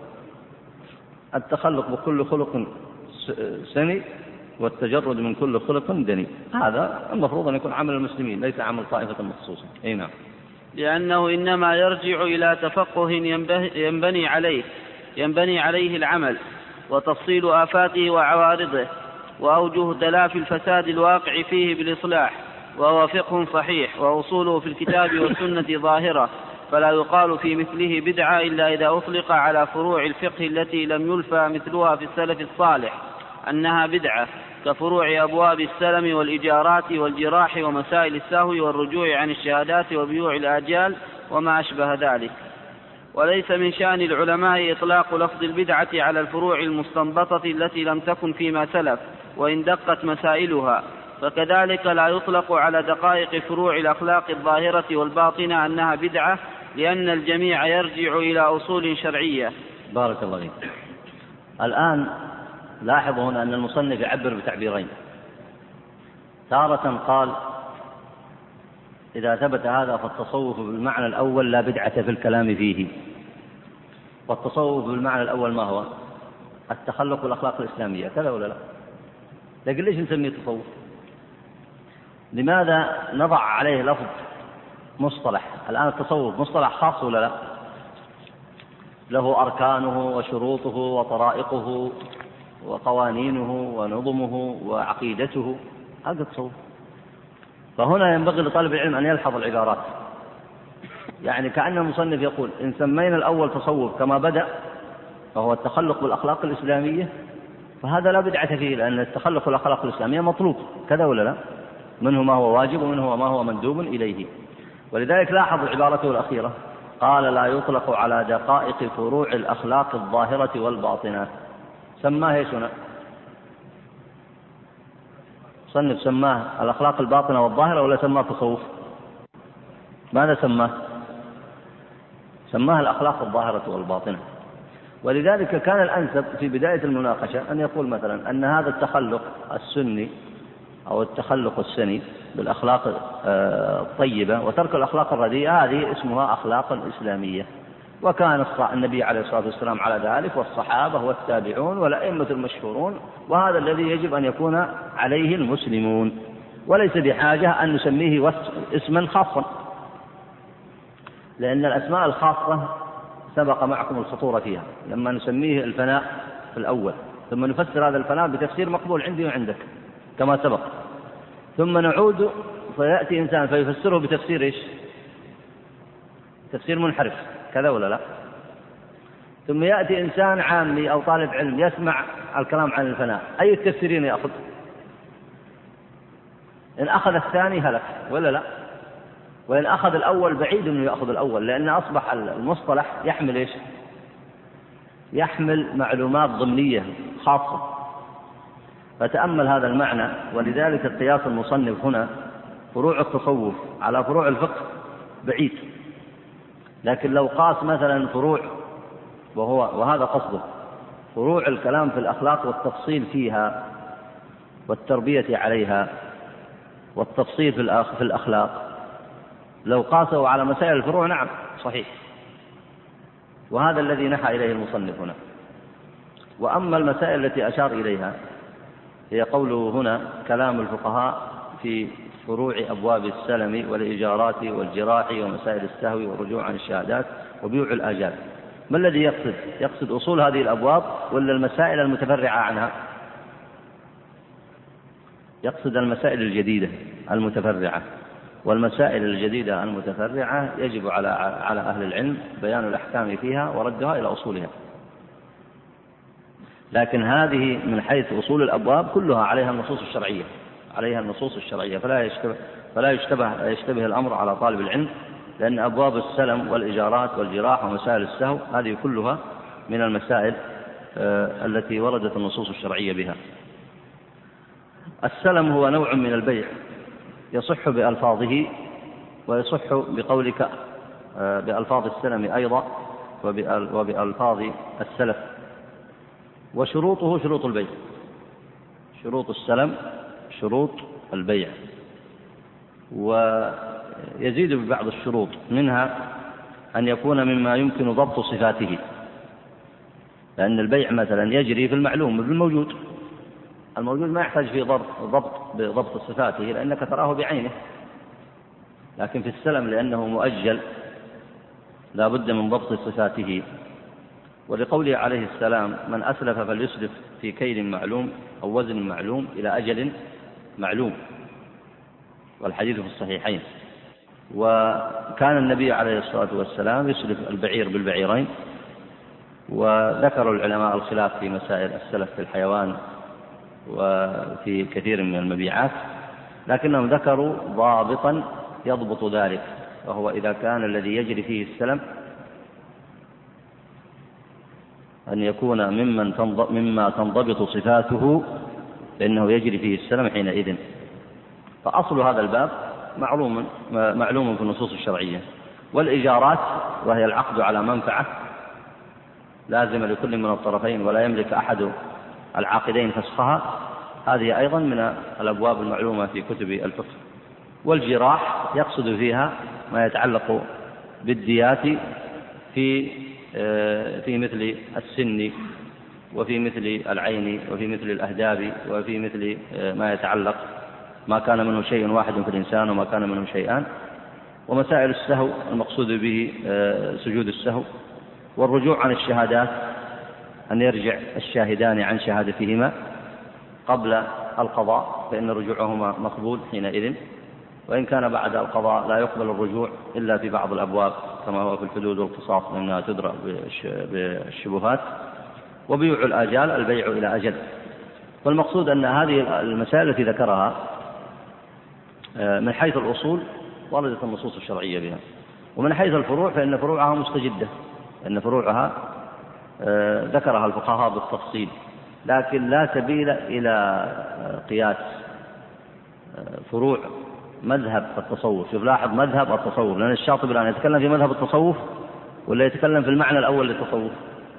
التخلق بكل خلق سني والتجرد من كل خلق دني. هذا المفروض أن يكون عمل المسلمين ليس عمل طائفة مخصوصة. أي نعم. لأنه إنما يرجع إلى تفقه ينبني عليه العمل وتفصيل آفاته وعوارضه وأوجه تلافي الفساد الواقع فيه بالإصلاح، وهو فقه صحيح وأصوله في الكتاب والسنة ظاهرة، فلا يقال في مثله بدعة إلا إذا أطلق على فروع الفقه التي لم يلفى مثلها في السلف الصالح أنها بدعة، كفروع أبواب السلم والإجارات والجراح ومسائل السهو والرجوع عن الشهادات وبيوع الآجال وما أشبه ذلك. وليس من شأن العلماء إطلاق لفظ البدعة على الفروع المستنبطة التي لم تكن فيما سلف وإن دقت مسائلها، فكذلك لا يطلق على دقائق فروع الأخلاق الظاهرة والباطنة أنها بدعة، لأن الجميع يرجع إلى أصول شرعية. بارك الله فيك. الآن لاحظوا هنا أن المصنف يعبر بتعبيرين. تارة قال إذا ثبت هذا فالتصوف بالمعنى الأول لا بدعة في الكلام فيه. والتصوف بالمعنى الأول ما هو؟ التخلق والأخلاق الإسلامية، كذا ولا لا؟ لكن ليش نسميه تصوف؟ لماذا نضع عليه لفظ مصطلح؟ الآن التصوف مصطلح خاص ولا لا؟ له أركانه وشروطه وطرائقه وقوانينه ونظمه وعقيدته، هذا التصوف. فهنا ينبغي لطالب العلم أن يلحظ العبارات، يعني كأن المصنف يقول إن سمينا الأول تصوف كما بدأ فهو التخلق بالأخلاق الإسلامية، فهذا لا بدعة فيه، لأن التخلق بالأخلاق الإسلامية مطلوب، كذا ولا لا؟ منه ما هو واجب ومنه ما هو مندوب إليه. ولذلك لاحظ عبارته الأخيرة، قال لا يطلق على دقائق فروع الأخلاق الظاهرة والباطنة. سماه ايش هنا؟ صنف سماه الأخلاق الباطنة والظاهرة ولا سماه تصوف؟ ماذا سماه؟ سماه الأخلاق الظاهرة والباطنة. ولذلك كان الأنسب في بداية المناقشة أن يقول مثلا أن هذا التخلق السني أو التخلق السني بالأخلاق الطيبة وترك الأخلاق الرديئة هذه اسمها أخلاق إسلامية، وكان النبي عليه الصلاة والسلام على ذلك والصحابة والتابعون والأئمة المشهورون، وهذا الذي يجب أن يكون عليه المسلمون، وليس بحاجة أن نسميه اسما خاصا، لأن الأسماء الخاصة سبق معكم الخطورة فيها لما نسميه الفناء في الأول، ثم نفسر هذا الفناء بتفسير مقبول عندي وعندك كما سبق، ثم نعود فيأتي إنسان فيفسره بتفسير إيش؟ تفسير منحرف، كذا ولا لا؟ ثم يأتي إنسان عامي أو طالب علم يسمع الكلام عن الفناء، أي التفسيرين يأخذ؟ إن أخذ الثاني هلك ولا لا؟ وإن أخذ الأول بعيد أنه يأخذ الأول، لأن أصبح المصطلح يحمل إيش؟ يحمل معلومات ضمنية خاصة. فتأمل هذا المعنى. ولذلك القياس المصنف هنا فروع التصوف على فروع الفقه بعيد، لكن لو قاس مثلا فروع وهذا قصده فروع الكلام في الأخلاق والتفصيل فيها والتربية عليها والتفصيل في الأخلاق لو قاسوا على مسائل الفروع نعم صحيح، وهذا الذي نحى إليه المصنف هنا. وأما المسائل التي أشار إليها هي قوله هنا كلام الفقهاء في فروع أبواب السلم والإيجارات والجراح ومسائل السهو والرجوع عن الشهادات وبيوع الآجال. ما الذي يقصد؟ يقصد أصول هذه الأبواب ولا المسائل المتفرعة عنها؟ يقصد المسائل الجديدة المتفرعة، والمسائل الجديدة المتفرعة يجب على أهل العلم بيان الأحكام فيها وردها إلى أصولها. لكن هذه من حيث أصول الأبواب كلها عليها النصوص الشرعية، فلا يشتبه الأمر على طالب العلم، لأن أبواب السلم والإيجارات والجراح ومسائل السهو هذه كلها من المسائل التي وردت النصوص الشرعية بها. السلم هو نوع من البيع يصح بألفاظه ويصح بقولك بألفاظ السلم أيضا وبألفاظ السلف. وشروطه شروط البيع، شروط السلم شروط البيع، ويزيد ببعض الشروط، منها أن يكون مما يمكن ضبط صفاته، لأن البيع مثلا يجري في المعلوم بالموجود، الموجود ما يحتاج في ضبط صفاته لأنك تراه بعينه، لكن في السلم لأنه مؤجل لا بد من ضبط صفاته. ولقوله عليه السلام من أسلف فليسلف في كيل معلوم أو وزن معلوم إلى أجل معلوم، والحديث في الصحيحين. وكان النبي عليه الصلاة والسلام يسلف البعير بالبعيرين. وذكر العلماء الخلاف في مسائل السلف في الحيوان وفي كثير من المبيعات، لكنهم ذكروا ضابطا يضبط ذلك، وهو إذا كان الذي يجري فيه السلم أن يكون مما تنضبط صفاته فإنه يجري فيه السلم حينئذ. فأصل هذا الباب معلوم في النصوص الشرعية. والإيجارات وهي العقد على منفعة لازم لكل من الطرفين ولا يملك أحد العاقدين فسخها، هذه أيضا من الأبواب المعلومة في كتب الفقه. والجراح يقصد فيها ما يتعلق بالديات في مثل السن وفي مثل العين وفي مثل الأهداب وفي مثل ما يتعلق ما كان منه شيء واحد في الإنسان وما كان منه شيئان. ومسائل السهو المقصود به سجود السهو. والرجوع عن الشهادات أن يرجع الشاهدان عن شهادتهما قبل القضاء فإن رجوعهما مقبول حينئذ، وإن كان بعد القضاء لا يقبل الرجوع إلا في بعض الأبواب كما هو في الحدود والقصاص لأنها تدرى بالشبهات. وبيوع الآجال البيع إلى أجل. والمقصود أن هذه المسائل التي ذكرها من حيث الأصول وردت النصوص الشرعية بها، ومن حيث الفروع فإن فروعها مستجدة، لأن فروعها ذكرها الفقهاء بالتفصيل، لكن لا سبيل إلى قياس فروع مذهب التصوف. شوف لاحظ مذهب التصوف، لأن الشاطبي الآن يتكلم في مذهب التصوف ولا يتكلم في المعنى الأول للتصوف؟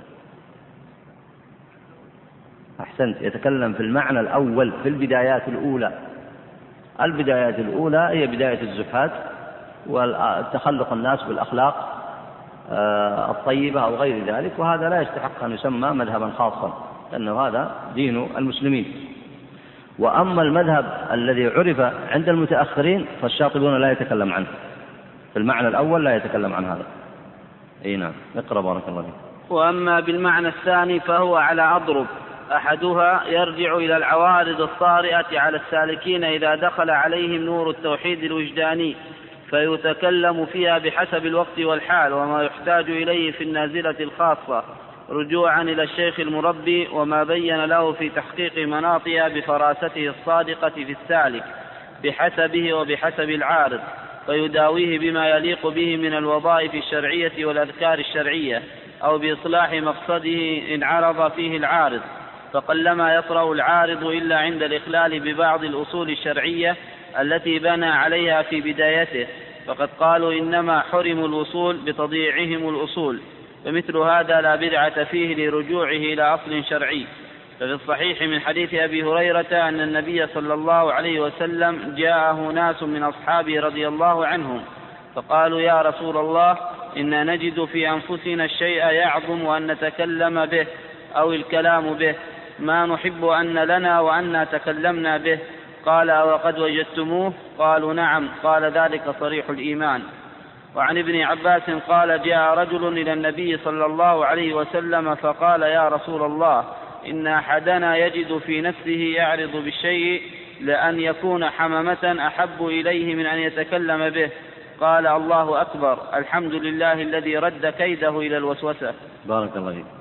أحسنت، يتكلم في المعنى الأول في البدايات الأولى. البدايات الأولى هي بداية الزهاد والتخلق الناس بالأخلاق الطيبة أو غير ذلك، وهذا لا يستحق أن يسمى مذهبا خاصا لأنه هذا دين المسلمين. وأما المذهب الذي عرف عند المتأخرين فالشاطبون لا يتكلم عنه، في المعنى الأول لا يتكلم عن هذا. أي نعم، اقرأ بارك الله فيك. وأما بالمعنى الثاني فهو على أضرب، أحدها يرجع إلى العوارض الطارئة على السالكين إذا دخل عليهم نور التوحيد الوجداني فيتكلم فيها بحسب الوقت والحال وما يحتاج إليه في النازلة الخاصة، رجوعا إلى الشيخ المربي وما بين له في تحقيق مناطها بفراسته الصادقة في السالك بحسبه وبحسب العارض، فيداويه بما يليق به من الوظائف الشرعية والأذكار الشرعية أو بإصلاح مقصده إن عرض فيه العارض. فقلما يطرأ العارض إلا عند الإخلال ببعض الأصول الشرعية التي بنى عليها في بدايته، فقد قالوا إنما حرموا الوصول بتضييعهم الأصول، فمثل هذا لا بدعة فيه لرجوعه إلى أصل شرعي. ففي الصحيح من حديث أبي هريرة أن النبي صلى الله عليه وسلم جاءه ناس من أصحابه رضي الله عنهم فقالوا يا رسول الله إنا نجد في أنفسنا الشيء يعظم أن نتكلم به أو الكلام به، ما نحب أن لنا وأنا تكلمنا به. قال وقد وجدتموه؟ قالوا نعم. قال ذلك صريح الإيمان. وعن ابن عباس قال جاء رجل إلى النبي صلى الله عليه وسلم فقال يا رسول الله إن أحدنا يجد في نفسه يعرض بالشيء لأن يكون حمامة أحب إليه من أن يتكلم به. قال الله أكبر، الحمد لله الذي رد كيده إلى الوسوسة. بارك الله فيك.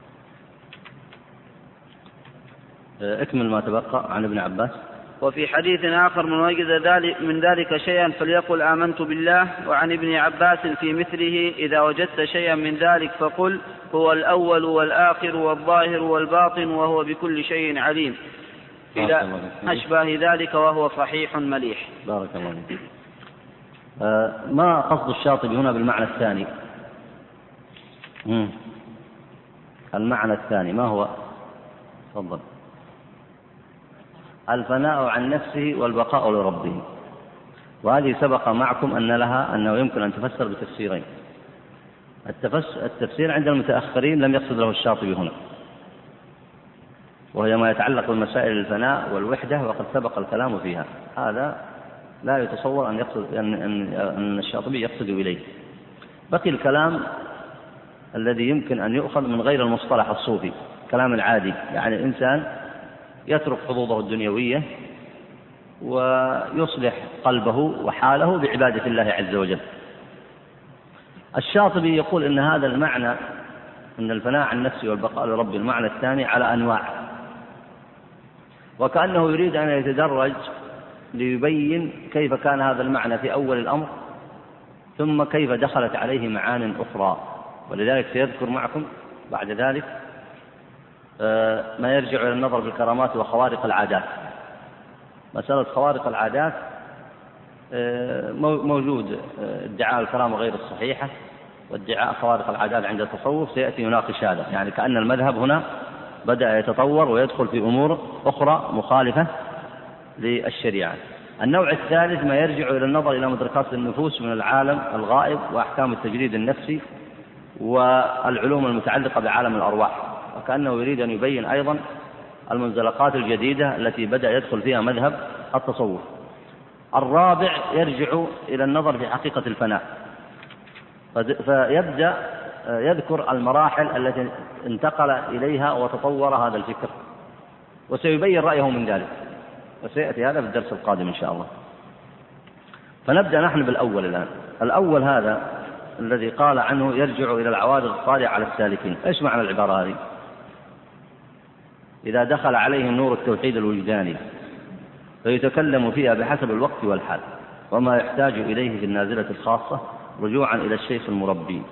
اكمل ما تبقى عن ابن عباس. وفي حديث آخر من وجد من ذلك شيئا فليقل آمنت بالله. وعن ابن عباس في مثله إذا وجدت شيئا من ذلك فقل هو الأول والآخر والظاهر والباطن وهو بكل شيء عليم، إلى أشباه ذلك، وهو صحيح مليح. بارك الله فيك. ما قصد الشاطبي هنا بالمعنى الثاني؟ المعنى الثاني ما هو؟ تفضل. الفناء عن نفسه والبقاء لربه، وهذه سبق معكم أنه يمكن أن تفسر بتفسيرين. التفسير عند المتأخرين لم يقصد له الشاطبي هنا، وهي ما يتعلق بمسائل الفناء والوحدة، وقد سبق الكلام فيها. هذا لا يتصور أن الشاطبي يقصد إليه. بقي الكلام الذي يمكن أن يؤخذ من غير المصطلح الصوفي، كلام العادي، يعني الإنسان يترك حظوظه الدنيوية ويصلح قلبه وحاله بعبادة الله عز وجل. الشاطبي يقول إن هذا المعنى، أن الفناء عن نفسه والبقاء لرب، المعنى الثاني على أنواع، وكأنه يريد أن يتدرج ليبين كيف كان هذا المعنى في أول الأمر، ثم كيف دخلت عليه معان أخرى. ولذلك سيذكر معكم بعد ذلك ما يرجع إلى النظر بالكرامات وخوارق العادات. مسألة خوارق العادات موجود ادعاء الكرامة غير الصحيحة وادعاء خوارق العادات عند التصوف، سيأتي يناقش هذا. يعني كأن المذهب هنا بدأ يتطور ويدخل في أمور أخرى مخالفة للشريعة. النوع الثالث ما يرجع إلى النظر إلى مدركات النفوس من العالم الغائب وأحكام التجريد النفسي والعلوم المتعلقة بعالم الأرواح، وكأنه يريد أن يبين أيضا المنزلقات الجديدة التي بدأ يدخل فيها مذهب التصوف. الرابع يرجع إلى النظر في حقيقة الفناء، فيبدأ يذكر المراحل التي انتقل إليها وتطور هذا الفكر، وسيبين رأيه من ذلك، وسيأتي هذا في الدرس القادم إن شاء الله. فنبدأ نحن بالأول الآن. الأول هذا الذي قال عنه يرجع إلى العوارض الطالعة على السالكين. إيش معنى العبارة هذه؟ إذا دخل عليهم نور التوحيد الوجداني فيتكلم فيها بحسب الوقت والحال وما يحتاج إليه في النازلة الخاصة، رجوعا إلى الشيخ المربي،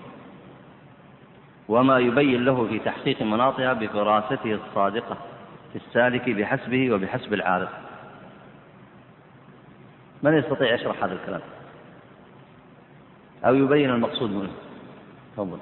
وما يبين له في تحقيق مناطها بفراسته الصادقة في السالك بحسبه وبحسب العارف. من يستطيع يشرح هذا الكلام أو يبين المقصود منه؟ تفضل.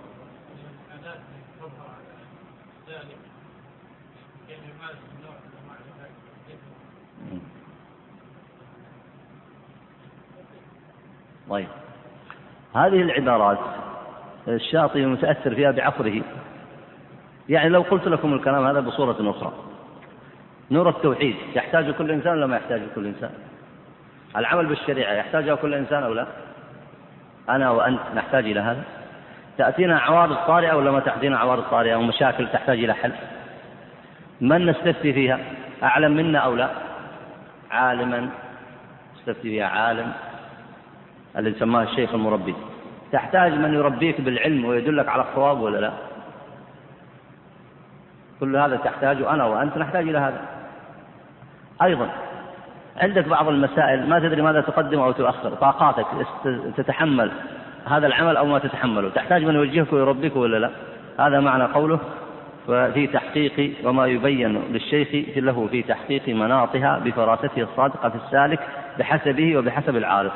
طيب، هذه العبارات الشاطبي متأثر فيها بعصره. يعني لو قلت لكم الكلام هذا بصورة أخرى، نور التوحيد يحتاج كل إنسان ولا ما يحتاج كل إنسان؟ العمل بالشريعة يحتاجه كل إنسان أو لا؟ أنا وأنت نحتاج إلى هذا. تأتينا عوارض طارئة ولا ما تأتينا عوارض طارئة ومشاكل تحتاج إلى حل؟ من نستفتي فيها؟ أعلم منا أو لا؟ عالما نستفتي فيها، عالم اللي سماه الشيخ المربي. تحتاج من يربيك بالعلم ويدلك على الصواب ولا لا؟ كل هذا تحتاج، أنا وأنت نحتاج إلى هذا. أيضا عندك بعض المسائل ما تدري ماذا تقدم أو تؤخر، طاقاتك تتحمل هذا العمل أو ما تتحمله، تحتاج من يوجهك ويربيك ولا لا؟ هذا معنى قوله في تحقيق وما يبين للشيخ له في تحقيق مناطها بفراسته الصادقة في السالك بحسبه وبحسب العارف.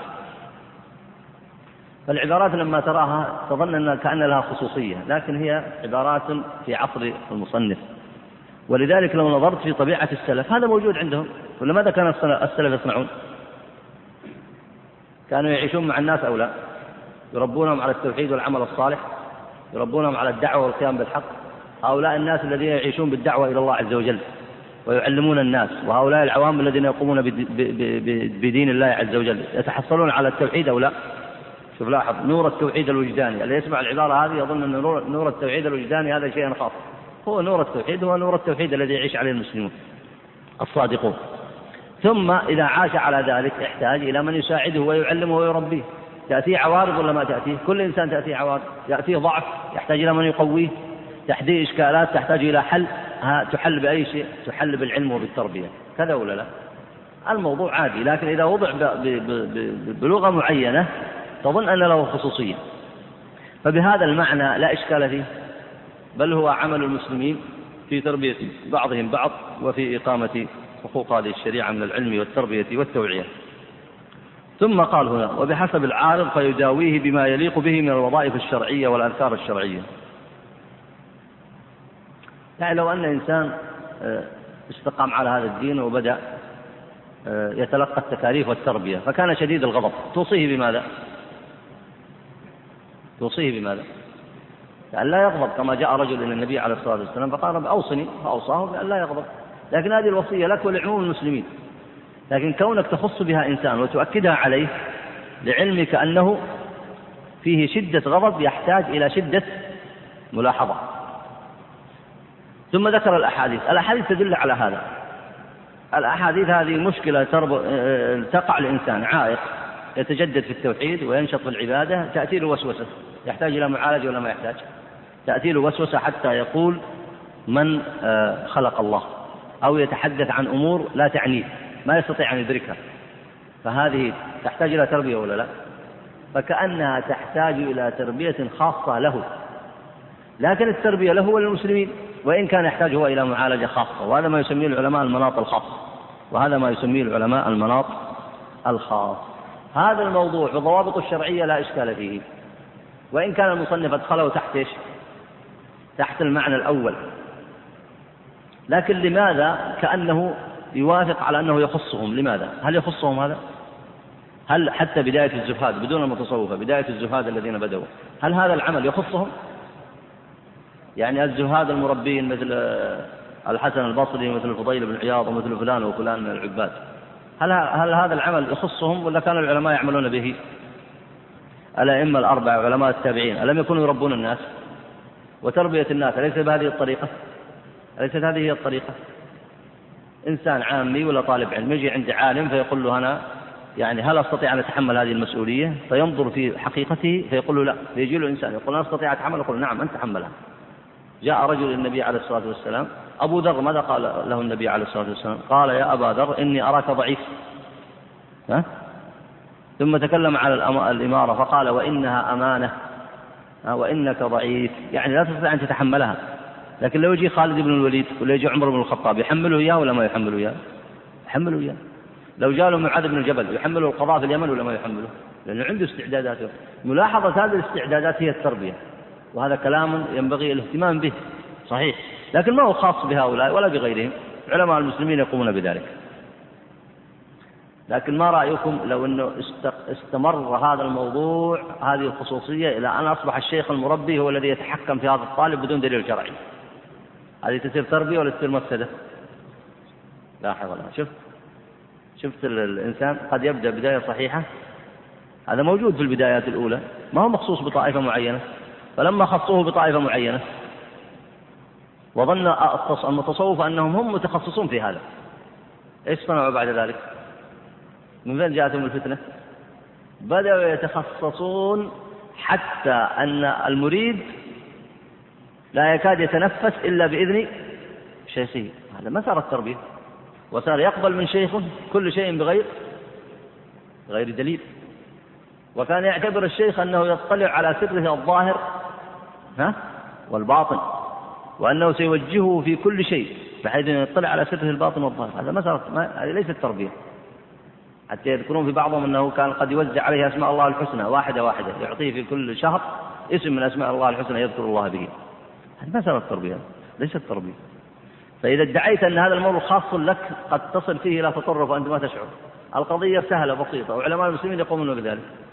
فالعبارات لما تراها تظن أنها كأن لها خصوصية، لكن هي عبارات في عصر المصنف. ولذلك لو نظرت في طبيعة السلف هذا موجود عندهم، ولا ماذا كان السلف يصنعون؟ كانوا يعيشون مع الناس أو لا؟ يربونهم على التوحيد والعمل الصالح، يربونهم على الدعوة والقيام بالحق. هؤلاء الناس الذين يعيشون بالدعوة إلى الله عز وجل ويعلمون الناس، وهؤلاء العوام الذين يقومون بدين الله عز وجل يتحصلون على التوحيد أو لا؟ شوف لاحظ، نور التوحيد الوجداني، اللي يسمع العبارة هذه يظن أن نور التوحيد الوجداني هذا شيء خاص. هو نور التوحيد هو نور التوحيد الذي يعيش عليه المسلمون الصادقون. ثم إذا عاش على ذلك يحتاج إلى من يساعده ويعلمه ويربيه. تأتيه عوارض ولا ما تأتيه؟ كل إنسان تأتيه عوارض، يأتيه ضعف يحتاج إلى من يقويه، تحديد إشكالات تحتاج إلى حل، تحل بأي شيء؟ تحل بالعلم وبالتربية، كذا ولا لا؟ الموضوع عادي، لكن إذا وضع بلغة معينة تظن أن له خصوصية. فبهذا المعنى لا إشكال فيه، بل هو عمل المسلمين في تربية بعضهم بعض وفي إقامة حقوق هذه الشريعة من العلم والتربية والتوعية. ثم قال هنا: وبحسب العارض فيداويه بما يليق به من الوظائف الشرعية والآثار الشرعية. يعني لو أن إنسان استقام على هذا الدين وبدأ يتلقى التكاليف والتربية فكان شديد الغضب، توصيه بماذا؟ توصيه بماذا؟ لأن لا يغضب، كما جاء رجل إلى النبي عليه الصلاة والسلام فقال: رب أوصني، فأوصاه بأن لا يغضب. لكن هذه الوصية لك ولعموم المسلمين، لكن كونك تخص بها إنسان وتؤكدها عليه لعلمك أنه فيه شدة غضب يحتاج إلى شدة ملاحظة. ثم ذكر الأحاديث تدل على هذا. الأحاديث هذه مشكلة تقع الإنسان عائق يتجدد في التوحيد وينشط في العبادة، تأتي له وسوسة، يحتاج إلى معالجة ولا ما يحتاج؟ تأتي له وسوسة حتى يقول من خلق الله، أو يتحدث عن أمور لا تعنيه ما يستطيع أن يدركها، فهذه تحتاج إلى تربية ولا لا؟ فكأنها تحتاج إلى تربية خاصة له، لكن التربية له وللمسلمين، وإن كان يحتاج هو إلى معالجة خاصة، وهذا ما يسميه العلماء المناط الخاص. هذا الموضوع بالضوابط الشرعية لا إشكال فيه، وإن كان المصنف أدخله تحت المعنى الأول، لكن لماذا كأنه يوافق على أنه يخصهم؟ لماذا؟ هل يخصهم هذا؟ هل حتى بداية الزهاد بدون المتصوفة، بداية الزهاد الذين بدأوا، هل هذا العمل يخصهم؟ يعني الزهاد المربين مثل الحسن البصري مثل الفضيل بن عياض ومثل فلان وفلان من العباد، هل هذا العمل يخصهم ولا كان العلماء يعملون به؟ الأئمة الأربعة علماء التابعين ألم يكونوا يربون الناس وتربية الناس؟ ليس بهذه الطريقة؟ ليست هذه هي الطريقة؟ إنسان عامي ولا طالب علم يجي عند عالم فيقول له أنا يعني هل أستطيع أن أتحمل هذه المسؤولية؟ فينظر في حقيقته فيقول له لا. فيجي له إنسان يقول أنا أستطيع أتحمل، يقول نعم أنت تحملها. جاء رجل النبي عليه الصلاة والسلام، أبو ذر، ماذا قال له النبي عليه الصلاة والسلام؟ قال يا أبا ذر إني أراك ضعيف. ثم تكلم على الإمارة فقال وإنها أمانة وإنك ضعيف، يعني لا تستطيع أن تتحملها. لكن لو يجي خالد بن الوليد ولا يجي عمر بن الخطاب يحمله إياه ولا ما يحمله إياه؟ يحمله إياه. لو جاء له معاذ بن الجبل يحمله القضاء في اليمن ولا ما يحمله؟ لأنه عنده استعدادات. ملاحظة هذه الاستعدادات هي التربية، وهذا كلام ينبغي الاهتمام به صحيح، لكن ما هو خاص بهؤلاء ولا بغيرهم، علماء المسلمين يقومون بذلك. لكن ما رأيكم لو أنه استمر هذا الموضوع هذه الخصوصية إلى أن أصبح الشيخ المربي هو الذي يتحكم في هذا الطالب بدون دليل شرعي؟ هذه تصير تربية ولا تصير مفسدة؟ لاحظ الآن، شفت الإنسان قد يبدأ بداية صحيحة، هذا موجود في البدايات الأولى، ما هو مخصوص بطائفة معينة، فلما خصوه بطائفة معينة وظن المتصوف أنهم هم متخصصون في هذا، إيش صنعوا بعد ذلك؟ من فين جاءتهم الفتنة؟ بدأوا يتخصصون حتى أن المريد لا يكاد يتنفس إلا بإذن شيخه. هذا ما صارت تربية، وصار يقبل من شيخه كل شيء بغير دليل، وكان يعتبر الشيخ أنه يطلع على سره الظاهر والباطن، وأنه سيوجهه في كل شيء بحيث أن يطلع على سره الباطن والظاهر. هذا ما صارت، هذه ليست تربية. حتى يذكرون في بعضهم أنه كان قد يوزع عليه أسماء الله الحسنى واحدة، يعطيه في كل شهر اسم من أسماء الله الحسنى يذكر الله به. هذه ما صارت تربية، ليست تربية. فإذا ادعيت أن هذا الموضوع خاص لك قد تصل فيه إلى تطرف وأنت ما تشعر. القضية سهلة بسيطة، وعلماء المسلمين يقومون بذلك.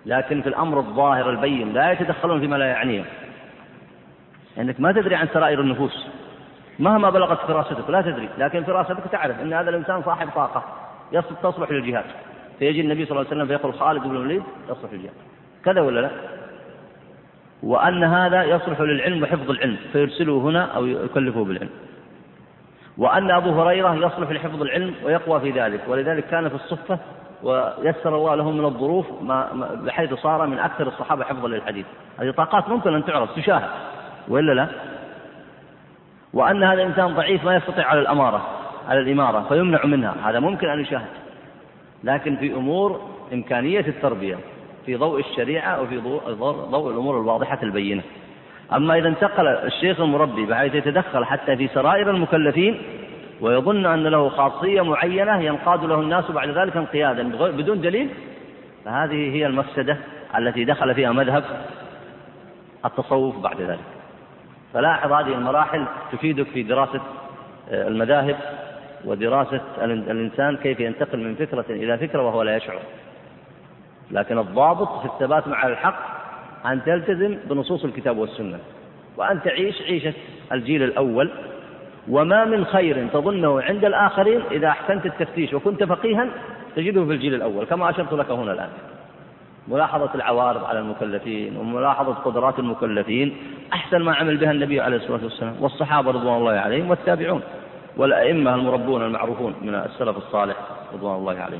لكن في الأمر الظاهر البين لا يتدخلون فيما لا يعنيهم، أنك ما تدري عن سرائر النفوس مهما بلغت فراستك، لا تدري، لكن فراستك تعرف أن هذا الإنسان صاحب طاقة تصلح للجهاد، فيجي النبي صلى الله عليه وسلم فيقول خالد بن الوليد يصلح للجهاد، كذا ولا لا؟ وأن هذا يصلح للعلم وحفظ العلم فيرسله هنا أو يكلفه بالعلم، وأن أبو هريرة يصلح لحفظ العلم ويقوى في ذلك، ولذلك كان في الصفة ويسر الله لهم من الظروف بحيث صار من أكثر الصحابة حفظا للحديث. هذه طاقات ممكن أن تعرف تشاهد وإلا لا؟ وأن هذا إنسان ضعيف ما يستطيع على الإمارة فيمنع منها، هذا ممكن أن يشاهد، لكن في أمور إمكانية التربية في ضوء الشريعة وفي ضوء الأمور الواضحة البينة. أما إذا انتقل الشيخ المربي بحيث يتدخل حتى في سرائر المكلفين ويظن أن له خاصية معينة ينقاد له الناس بعد ذلك انقيادا بدون دليل، فهذه هي المفسدة التي دخل فيها مذهب التصوف بعد ذلك. فلاحظ هذه المراحل تفيدك في دراسة المذاهب ودراسة الإنسان كيف ينتقل من فكرة إلى فكرة وهو لا يشعر. لكن الضابط في الثبات مع الحق أن تلتزم بنصوص الكتاب والسنة، وأن تعيش عيشة الجيل الأول، وما من خير تظنه عند الآخرين إذا أحسنت التفتيش وكنت فقيها تجده في الجيل الأول، كما أشرت لك هنا الآن. ملاحظة العوارض على المكلفين وملاحظة قدرات المكلفين أحسن ما عمل بها النبي عليه الصلاة والسلام والصحابة رضوان الله عليهم والتابعون والأئمة المربون المعروفون من السلف الصالح رضوان الله عليهم.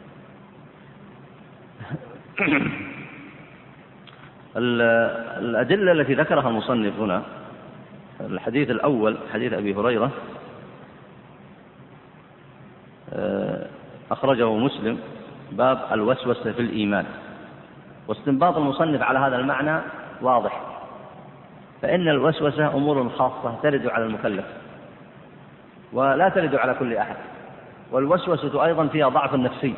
الأدلة التي ذكرها المصنف هنا، الحديث الأول حديث أبي هريرة أخرجه مسلم باب الوسوسة في الإيمان، واستنباط المصنف على هذا المعنى واضح، فإن الوسوسة أمور خاصة ترد على المكلف ولا ترد على كل أحد، والوسوسة أيضا فيها ضعف نفسي،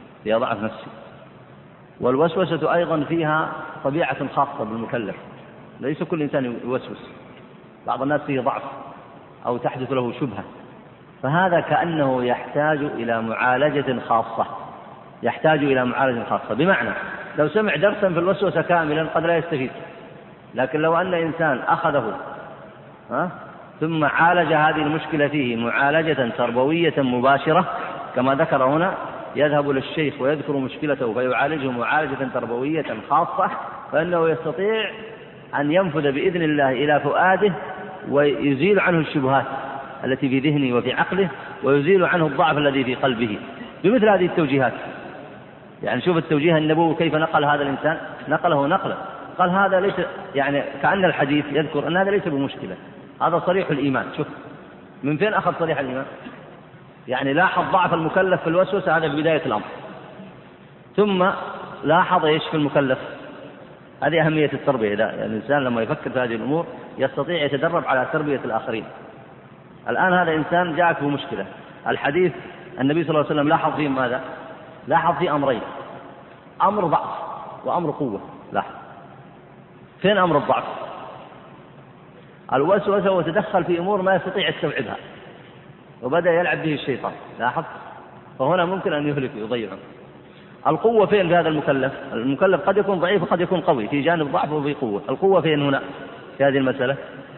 والوسوسة أيضا فيها طبيعة خاصة بالمكلف، ليس كل إنسان يوسوس، بعض الناس فيه ضعف أو تحدث له شبهة، فهذا كأنه يحتاج إلى معالجة خاصة، بمعنى لو سمع درسا في الوسوسة كاملا قد لا يستفيد، لكن لو أن إنسان أخذه ثم عالج هذه المشكلة فيه معالجة تربوية مباشرة كما ذكر هنا، يذهب للشيخ ويذكر مشكلته فيعالجه معالجة تربوية خاصة، فإنه يستطيع أن ينفذ بإذن الله إلى فؤاده ويزيل عنه الشبهات التي في ذهنه وفي عقله، ويزيل عنه الضعف الذي في قلبه بمثل هذه التوجيهات. يعني شوف التوجيه النبوي كيف نقل هذا الإنسان، نقله قال هذا ليس، يعني كأن الحديث يذكر أن هذا ليس بمشكلة، هذا صريح الإيمان. شوف من فين أخذ صريح الإيمان؟ يعني لاحظ ضعف المكلف في الوسوسة، هذا بداية الأمر، ثم لاحظ إيش في المكلف. هذه أهمية التربية، يعني الإنسان لما يفكر في هذه الأمور يستطيع يتدرب على تربية الآخرين. الآن هذا إنسان جاءك بمشكلة، الحديث النبي صلى الله عليه وسلم لاحظ فيه ماذا؟ لاحظ فيه أمرين، أمر ضعف وأمر قوة. لاحظ فين أمر الضعف؟ الوسوسة وتدخل في أمور ما يستطيع يستوعبها وبدأ يلعب به الشيطان، لاحظ، فهنا ممكن أن يهلك ويضيعه. القوة فين في هذا المكلف قد يكون ضعيف وقد يكون قوي، في جانب ضعف وفي قوة. القوة فين هنا في هذه المسألة؟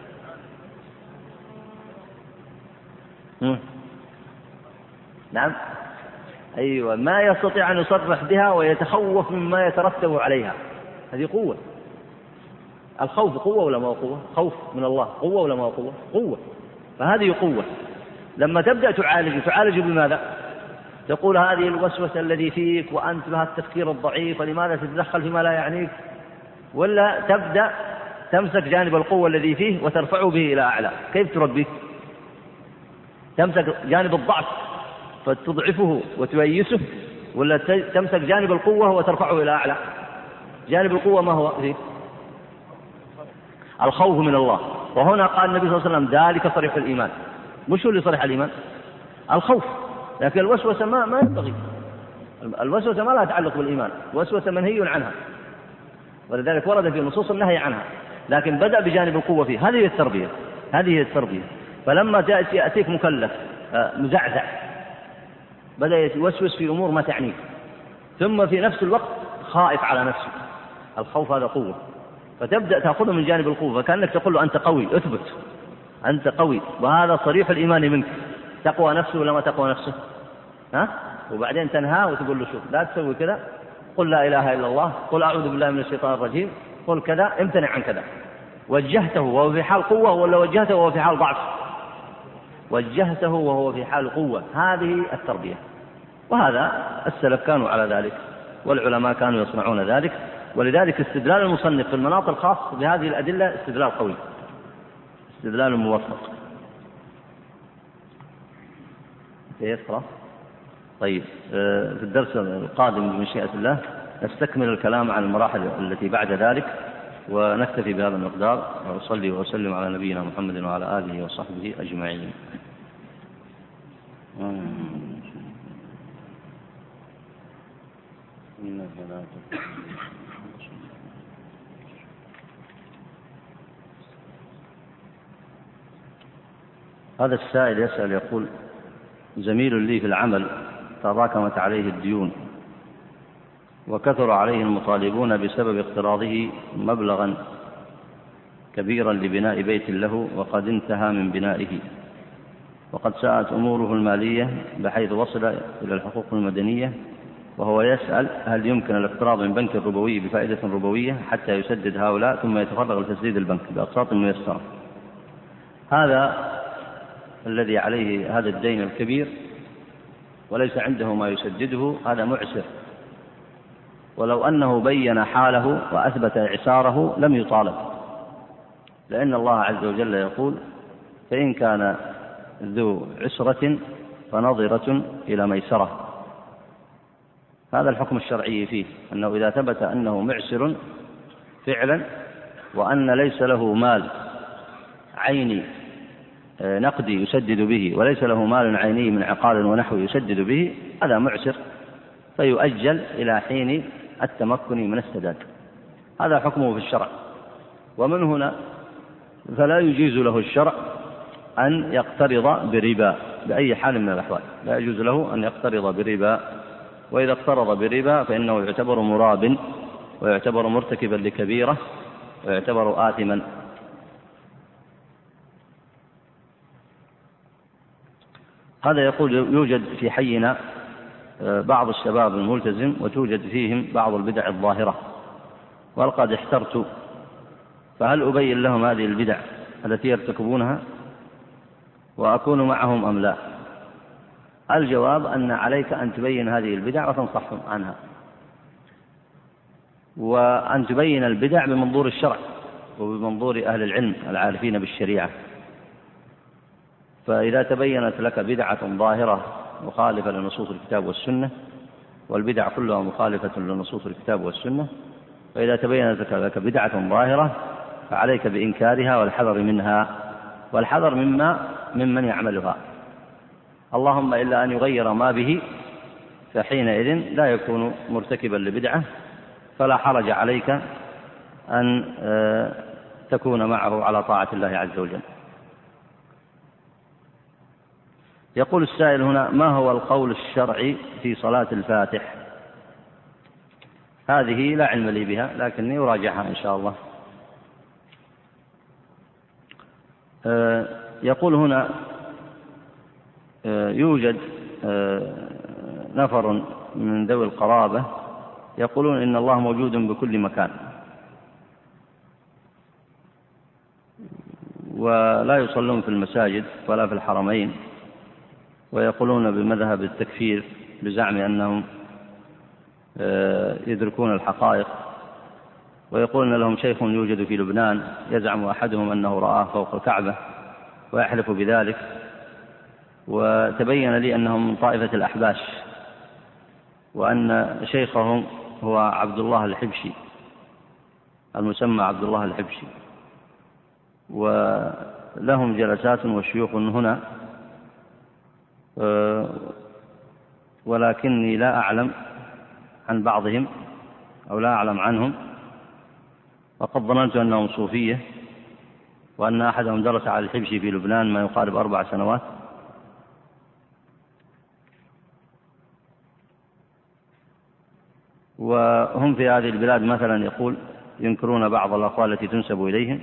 نعم، أيوة، ما يستطيع أن يصرح بها ويتخوف مما يترتب عليها، هذه قوة. الخوف قوة ولا ما هو قوة؟ خوف من الله قوة ولا ما هو قوة؟ قوة. فهذه قوة. لما تبدأ تعالج بماذا؟ تقول هذه الوسوسة الذي فيك وأنت بها التفكير الضعيف، ولماذا تتدخل فيما لا يعنيك؟ ولا تبدأ تمسك جانب القوة الذي فيه وترفعه به إلى أعلى. كيف تربيه؟ تمسك جانب الضعف فتضعفه وتيسه، ولا تمسك جانب القوة وترفعه إلى أعلى؟ جانب القوة ما هو فيه؟ الخوف من الله. وهنا قال النبي صلى الله عليه وسلم ذلك صريح الإيمان. مش هو اللي صريح الإيمان؟ الخوف. لكن الوسوسة ما ينبغي، الوسوسة ما لها تعلق بالإيمان، الوسوسة منهي عنها، ولذلك ورد في نصوص النهي عنها، لكن بدأ بجانب القوة فيه. هذه هي التربية. فلما يأتيك مكلف مزعزع بدأ يتوسوس في أمور ما تعنيه، ثم في نفس الوقت خائف على نفسه. الخوف هذا قوة، فتبدأ تأخذه من جانب القوة، فكأنك تقول له أنت قوي، أثبت أنت قوي، وهذا صريح الإيمان منك. تقوى نفسه ولا ما تقوى نفسه؟ وبعدين تنهاه وتقول له شوف لا تسوي كذا، قل لا إله إلا الله، قل أعوذ بالله من الشيطان الرجيم، قل كذا، امتنع عن كذا. وجهته وهو في حال قوة ولا وجهته وهو في حال ضعف؟ وجهته وهو في حال قوة. هذه التربية، وهذا السلف كانوا على ذلك، والعلماء كانوا يصنعون ذلك. ولذلك استدلال المصنف في المناط الخاص بهذه الأدلة استدلال قوي، استدلال موفق. خلاص. طيب، في الدرس القادم بمشيئة الله نستكمل الكلام عن المراحل التي بعد ذلك، ونكتفي بهذا المقدار، وأصلي وأسلم على نبينا محمد وعلى آله وصحبه أجمعين. هذا السائل يسأل يقول: زميل لي في العمل تراكمت عليه الديون، وكثر عليه المطالبون بسبب اقتراضه مبلغا كبيرا لبناء بيت له، وقد انتهى من بنائه، وقد ساءت أموره المالية بحيث وصل إلى الحقوق المدنية، وهو يسأل هل يمكن الاقتراض من بنك ربوي بفائدة ربوية حتى يسدد هؤلاء ثم يتفرغ لتسديد البنك بأقساط ميسرة. هذا الذي عليه هذا الدين الكبير وليس عنده ما يسدده، هذا معسر، ولو أنه بين حاله وأثبت إعساره لم يطالب، لأن الله عز وجل يقول: فإن كان ذو عسرة فنظرة إلى ميسرة. هذا الحكم الشرعي فيه، أنه إذا ثبت أنه معسر فعلا، وأن ليس له مال عيني نقدي يسدد به، وليس له مال عيني من عقار ونحو يسدد به، هذا معسر، فيؤجل إلى حين التمكن من السداد. هذا حكمه في الشرع. ومن هنا فلا يجيز له الشرع أن يقترض بربا بأي حال من الأحوال، لا يجوز له أن يقترض بربا، وإذا اقترض بربا فإنه يعتبر مراب، ويعتبر مرتكبا لكبيرة، ويعتبر آثما. هذا يقول: يوجد في حينا بعض الشباب الملتزم، وتوجد فيهم بعض البدع الظاهرة، ولقد احترت، فهل أبين لهم هذه البدع التي يرتكبونها وأكون معهم أم لا؟ الجواب أن عليك أن تبين هذه البدع وتنصحهم عنها، وأن تبين البدع بمنظور الشرع وبمنظور أهل العلم العارفين بالشريعة. فإذا تبينت لك بدعة ظاهرة مخالفة لنصوص الكتاب والسنة، والبدع كلها مخالفة لنصوص الكتاب والسنة، فإذا تبينت لك بدعة ظاهرة فعليك بإنكارها والحذر منها، والحذر ممن يعملها، اللهم إلا أن يغير ما به، فحينئذ لا يكون مرتكبا لبدعة، فلا حرج عليك أن تكون معه على طاعة الله عز وجل. يقول السائل هنا: ما هو القول الشرعي في صلاة الفاتح؟ هذه لا علم لي بها، لكني أراجعها إن شاء الله. يقول هنا: يوجد نفر من ذوي القرابة يقولون إن الله موجود بكل مكان، ولا يصلون في المساجد ولا في الحرمين، ويقولون بمذهب التكفير بزعم أنهم يدركون الحقائق، ويقولون لهم شيخ يوجد في لبنان يزعم أحدهم أنه رآه فوق الكعبة ويحلف بذلك، وتبين لي أنهم من طائفة الأحباش، وأن شيخهم هو عبد الله الحبشي المسمى عبد الله الحبشي، ولهم جلسات وشيوخ هنا، ولكني لا أعلم عن بعضهم أو لا أعلم عنهم، وقد ظننت أنهم صوفية، وأن أحدهم درس على الحبشي في لبنان ما يقارب 4 سنوات. وهم في هذه البلاد مثلا يقول ينكرون بعض الأقوال التي تنسب إليهم.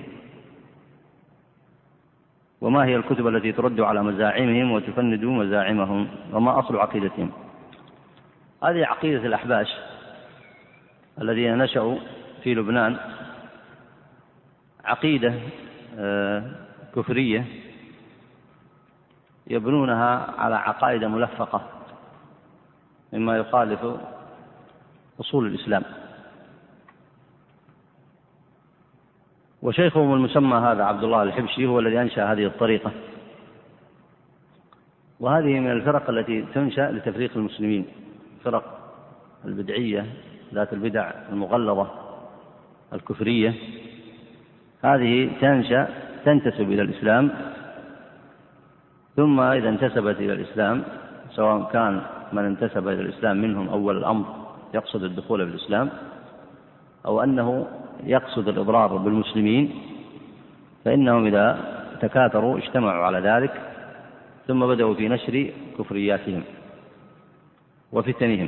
وما هي الكتب التي ترد على مزاعمهم وتفند مزاعمهم، وما أصل عقيدتهم؟ هذه عقيدة الأحباش الذين نشأوا في لبنان، عقيدة كفرية يبنونها على عقائد ملفقة مما يخالف أصول الإسلام. وشيخهم المسمى هذا عبد الله الحبشي هو الذي أنشأ هذه الطريقة، وهذه من الفرق التي تنشأ لتفريق المسلمين، فرق البدعية ذات البدع المغلظة الكفرية، هذه تنتسب إلى الإسلام، ثم إذا انتسبت إلى الإسلام، سواء كان من انتسب إلى الإسلام منهم أول الأمر يقصد الدخول بالإسلام أو أنه يقصد الإضرار بالمسلمين، فإنهم إذا تكاثروا اجتمعوا على ذلك، ثم بدأوا في نشر كفرياتهم وفتنهم،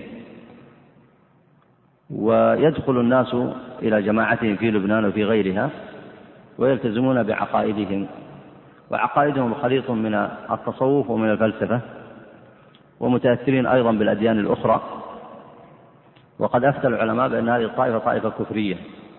ويدخل الناس إلى جماعتهم في لبنان وفي غيرها ويلتزمون بعقائدهم، وعقائدهم خليط من التصوف ومن الفلسفة، ومتأثرين أيضا بالأديان الأخرى. وقد أفتى العلماء بأن هذه الطائفة طائفة كفرية،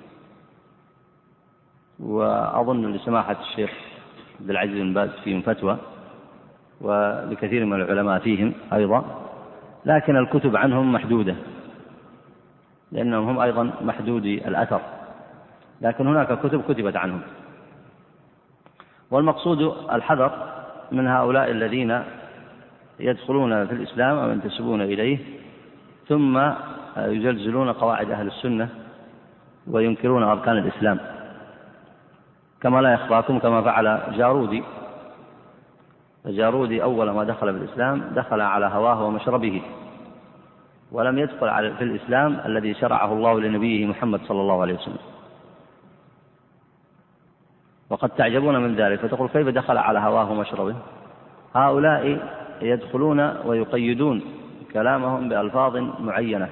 وأظن لسماحة الشيخ عبد العزيز بن باز فيهم فتوى، ولكثير من العلماء فيهم أيضا، لكن الكتب عنهم محدودة لأنهم هم أيضا محدودي الأثر، لكن هناك كتب كتبت عنهم. والمقصود الحذر من هؤلاء الذين يدخلون في الإسلام أو ينتسبون إليه ثم يزلزلون قواعد أهل السنة وينكرون أركان الإسلام، كما لا يخفاكم كما فعل جارودي. فجارودي أول ما دخل بالإسلام دخل على هواه ومشربه، ولم يدخل في الإسلام الذي شرعه الله لنبيه محمد صلى الله عليه وسلم. وقد تعجبون من ذلك فتقول كيف دخل على هواه ومشربه؟ هؤلاء يدخلون ويقيدون كلامهم بألفاظ معينة،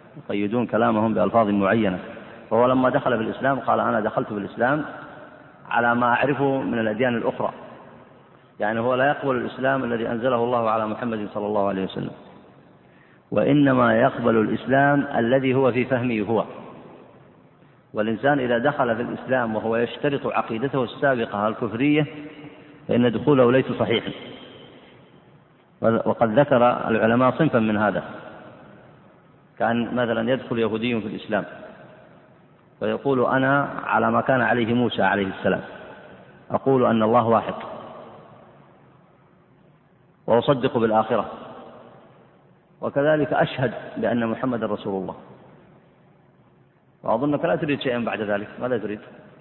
وهو لما دخل بالإسلام قال أنا دخلت بالإسلام على ما أعرفه من الأديان الأخرى، يعني هو لا يقبل الإسلام الذي أنزله الله على محمد صلى الله عليه وسلم، وإنما يقبل الإسلام الذي هو في فهمه هو. والإنسان إذا دخل في الإسلام وهو يشترط عقيدته السابقة الكفرية فإن دخوله ليس صحيحا. وقد ذكر العلماء صنفا من هذا، كان مثلا يدخل يهودي في الإسلام فيقول أنا على ما كان عليه موسى عليه السلام، أقول أن الله واحد وأصدق بالآخرة، وكذلك أشهد بأن محمد رسول الله. وأظنك لا تريد شيئا بعد ذلك، ماذا تريد؟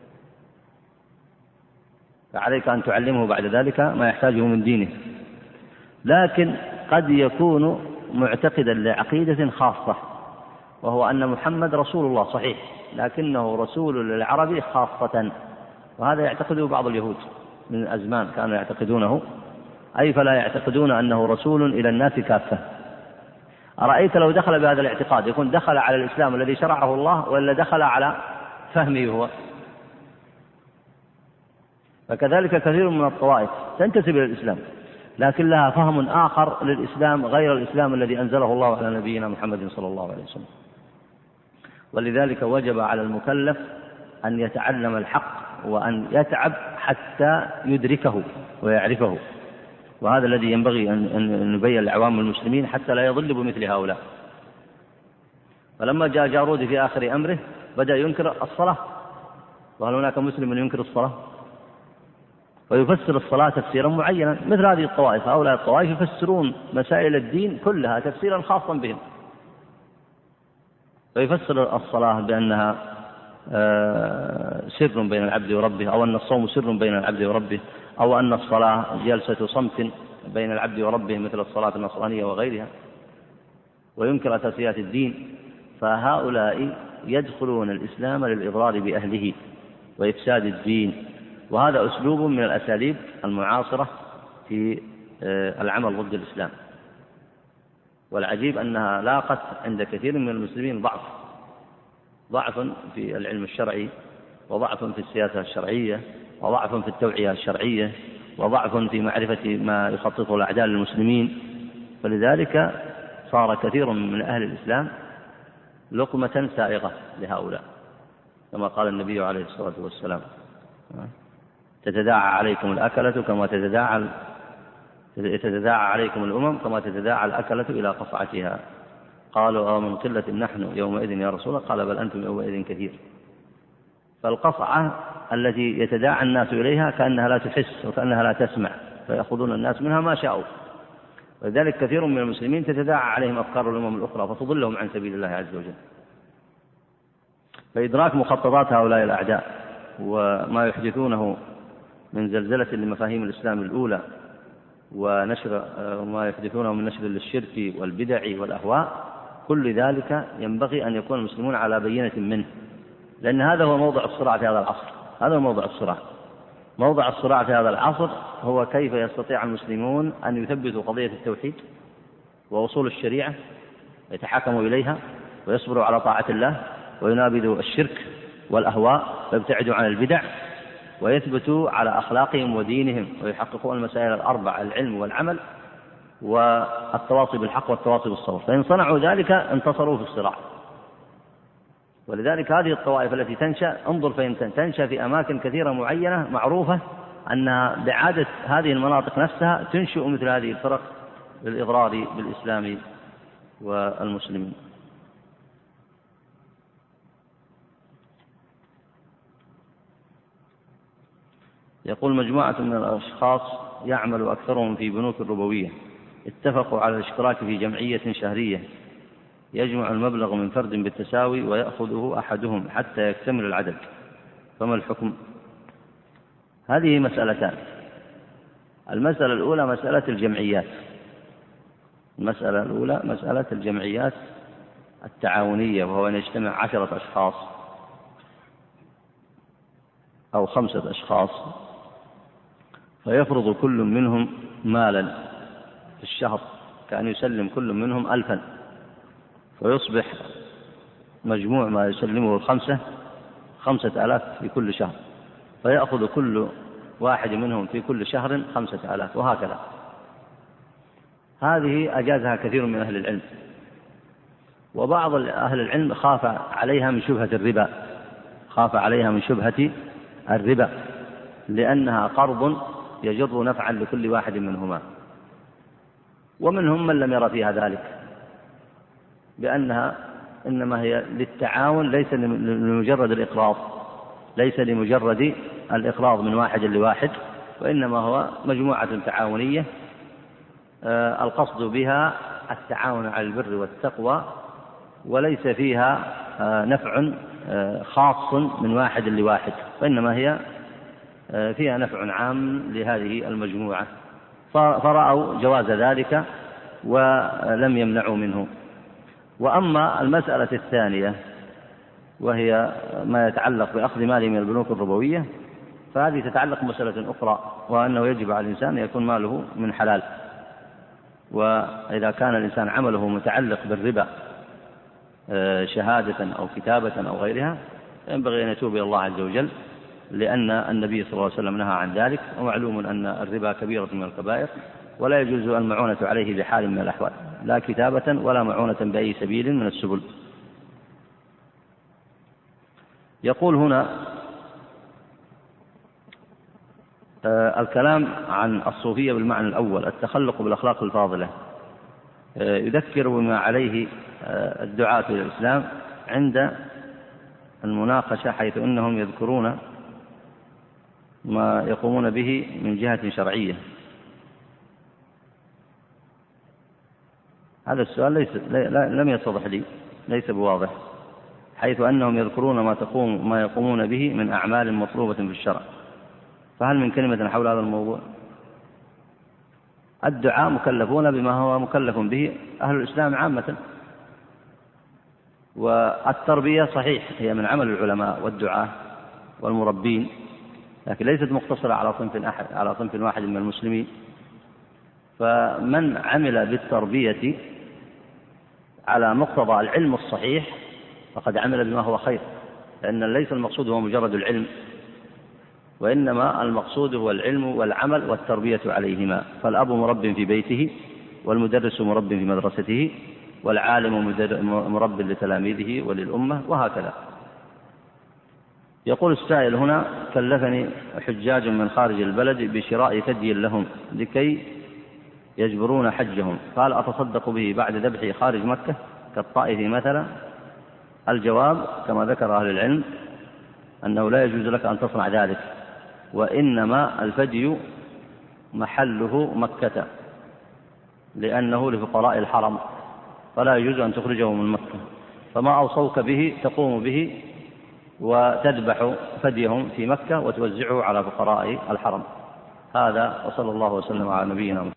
فعليك أن تعلمه بعد ذلك ما يحتاجه من دينه. لكن قد يكون معتقدا لعقيدة خاصة، وهو أن محمد رسول الله صحيح، لكنه رسول للعرب خاصة، وهذا يعتقده بعض اليهود من الأزمان كانوا يعتقدونه، أي فلا يعتقدون أنه رسول إلى الناس كافة. أرأيت لو دخل بهذا الاعتقاد يكون دخل على الإسلام الذي شرعه الله ولا دخل على فهمه هو؟ فكذلك كثير من الطوائف تنتسب إلى الإسلام لكن لها فهم آخر للإسلام غير الإسلام الذي أنزله الله على نبينا محمد صلى الله عليه وسلم. ولذلك وجب على المكلف أن يتعلم الحق وأن يتعب حتى يدركه ويعرفه، وهذا الذي ينبغي أن نبين لعوام المسلمين حتى لا يضل بمثل هؤلاء. فلما جاء جارودي في آخر أمره بدأ ينكر الصلاة، وهل هناك مسلم ينكر الصلاة؟ ويفسر الصلاة تفسيرا معينا، مثل هذه الطوائف. هؤلاء الطوائف يفسرون مسائل الدين كلها تفسيرا خاصا بهم، فيفسر الصلاة بأنها سر بين العبد وربه، أو أن الصوم سر بين العبد وربه، أو أن الصلاة جلسة صمت بين العبد وربه مثل الصلاة النصرانية وغيرها، وينكر أساسيات الدين. فهؤلاء يدخلون الإسلام للإضرار بأهله وإفساد الدين، وهذا أسلوب من الأساليب المعاصرة في العمل ضد الإسلام. والعجيب أنها لاقت عند كثير من المسلمين ضعف، ضعف في العلم الشرعي، وضعف في السياسة الشرعية، وضعف في التوعية الشرعية، وضعف في معرفة ما يخططه الأعداء للمسلمين. فلذلك صار كثير من أهل الإسلام لقمة سائغة لهؤلاء، كما قال النبي عليه الصلاة والسلام: تتداعى عليكم الأكلة كما تتداعى عليكم الأمم كما تتداعى الأكلة إلى قصعتها. قالوا: من قلة نحن يومئذ يا رسول الله؟ قال: بل أنتم يومئذ كثير. فالقصعة التي يتداعى الناس إليها كأنها لا تحس وكأنها لا تسمع، فيأخذون الناس منها ما شاءوا. ولذلك كثير من المسلمين تتداعى عليهم أفكار الأمم الأخرى فتضلهم عن سبيل الله عز وجل. فإدراك مخططات هؤلاء الأعداء وما يحدثونه من زلزلة لمفاهيم الإسلام الأولى، ونشر وما يحدثونه من نشر للشرك والبدع والأهواء، كل ذلك ينبغي أن يكون المسلمون على بينة منه، لأن هذا هو موضع الصراع في هذا العصر. هذا هو موضع الصراع. موضع الصراع في هذا العصر هو كيف يستطيع المسلمون أن يثبتوا قضية التوحيد ووصول الشريعة، يتحاكموا إليها ويصبروا على طاعة الله، وينابذوا الشرك والأهواء ويبتعدوا عن البدع، ويثبتوا على أخلاقهم ودينهم، ويحققوا المسائل الأربع: العلم والعمل والتواصي بالحق والتواصي بالصبر. فإن صنعوا ذلك انتصروا في الصراع. ولذلك هذه الطوائف التي تنشأ، انظر فإن تنشأ في أماكن كثيرة معينة معروفة أنها بعادة هذه المناطق نفسها تنشئ مثل هذه الفرق للإضرار بالإسلام والمسلمين. يقول: مجموعة من الأشخاص يعمل أكثرهم في بنوك الربوية، اتفقوا على الاشتراك في جمعية شهرية يجمع المبلغ من فرد بالتساوي ويأخذه أحدهم حتى يكتمل العدد، فما الحكم؟ هذه مسألتان. المسألة الأولى مسألة الجمعيات. المسألة الأولى مسألة الجمعيات التعاونية، وهو أن يجتمع 10 أشخاص أو 5 أشخاص، فيفرض كل منهم مالا في الشهر، كأن يسلم كل منهم 1000، فيصبح مجموع ما يسلمه 5000 في كل شهر، فيأخذ كل واحد منهم في كل شهر 5000، وهكذا. هذه أجازها كثير من أهل العلم، وبعض أهل العلم خاف عليها من شبهة الربا، لأنها قرض يجر نفعا لكل واحد منهما. ومنهم من لم يرى فيها ذلك، بأنها إنما هي للتعاون، ليس لمجرد الإقراض، ليس لمجرد الإقراض من واحد لواحد، وإنما هو مجموعة تعاونية القصد بها التعاون على البر والتقوى، وليس فيها نفع خاص من واحد لواحد، وإنما هي فيها نفع عام لهذه المجموعة، فرأوا جواز ذلك ولم يمنعوا منه. وأما المسألة الثانية وهي ما يتعلق بأخذ ماله من البنوك الربوية، فهذه تتعلق بمسألة أخرى، وأنه يجب على الإنسان أن يكون ماله من حلال. وإذا كان الإنسان عمله متعلق بالربا شهادة أو كتابة أو غيرها، ينبغي أن يتوب إلى الله عز وجل، لأن النبي صلى الله عليه وسلم نهى عن ذلك، ومعلوم أن الربا كبيرة من الكبائر، ولا يجوز المعونة عليه بحال من الأحوال، لا كتابة ولا معونة بأي سبيل من السبل. يقول هنا: الكلام عن الصوفية بالمعنى الأول، التخلق بالأخلاق الفاضلة، يذكر بما عليه الدعاة إلى الإسلام عند المناقشة، حيث إنهم يذكرون ما يقومون به من جهة شرعية. هذا السؤال لم يتضح لي، ليس بواضح، حيث أنهم يذكرون ما يقومون به من أعمال مطلوبة في الشرع، فهل من كلمة حول هذا الموضوع؟ الدعاء مكلفون بما هو مكلف به أهل الإسلام عامة، والتربية صحيح هي من عمل العلماء والدعاة والمربين، لكن ليست مقتصرة على صنف واحد من المسلمين. فمن عمل بالتربية على مقتضى العلم الصحيح فقد عمل بما هو خير، لأن ليس المقصود هو مجرد العلم، وإنما المقصود هو العلم والعمل والتربية عليهما. فالأب مرب في بيته، والمدرس مرب في مدرسته، والعالم مرب لتلاميذه وللأمة، وهكذا. يقول السائل هنا: كلفني حجاج من خارج البلد بشراء ثدي لهم لكي يجبرون حجهم، قال أتصدق به بعد ذبحه خارج مكة كالطائف مثلا؟ الجواب كما ذكر أهل العلم أنه لا يجوز لك أن تصنع ذلك، وإنما الفدي محله مكة، لأنه لفقراء الحرم، فلا يجوز أن تخرجه من مكة. فما أوصوك به تقوم به وتذبح فديهم في مكة وتوزعه على فقراء الحرم. هذا، وصلى الله وسلم على نبينا محمد.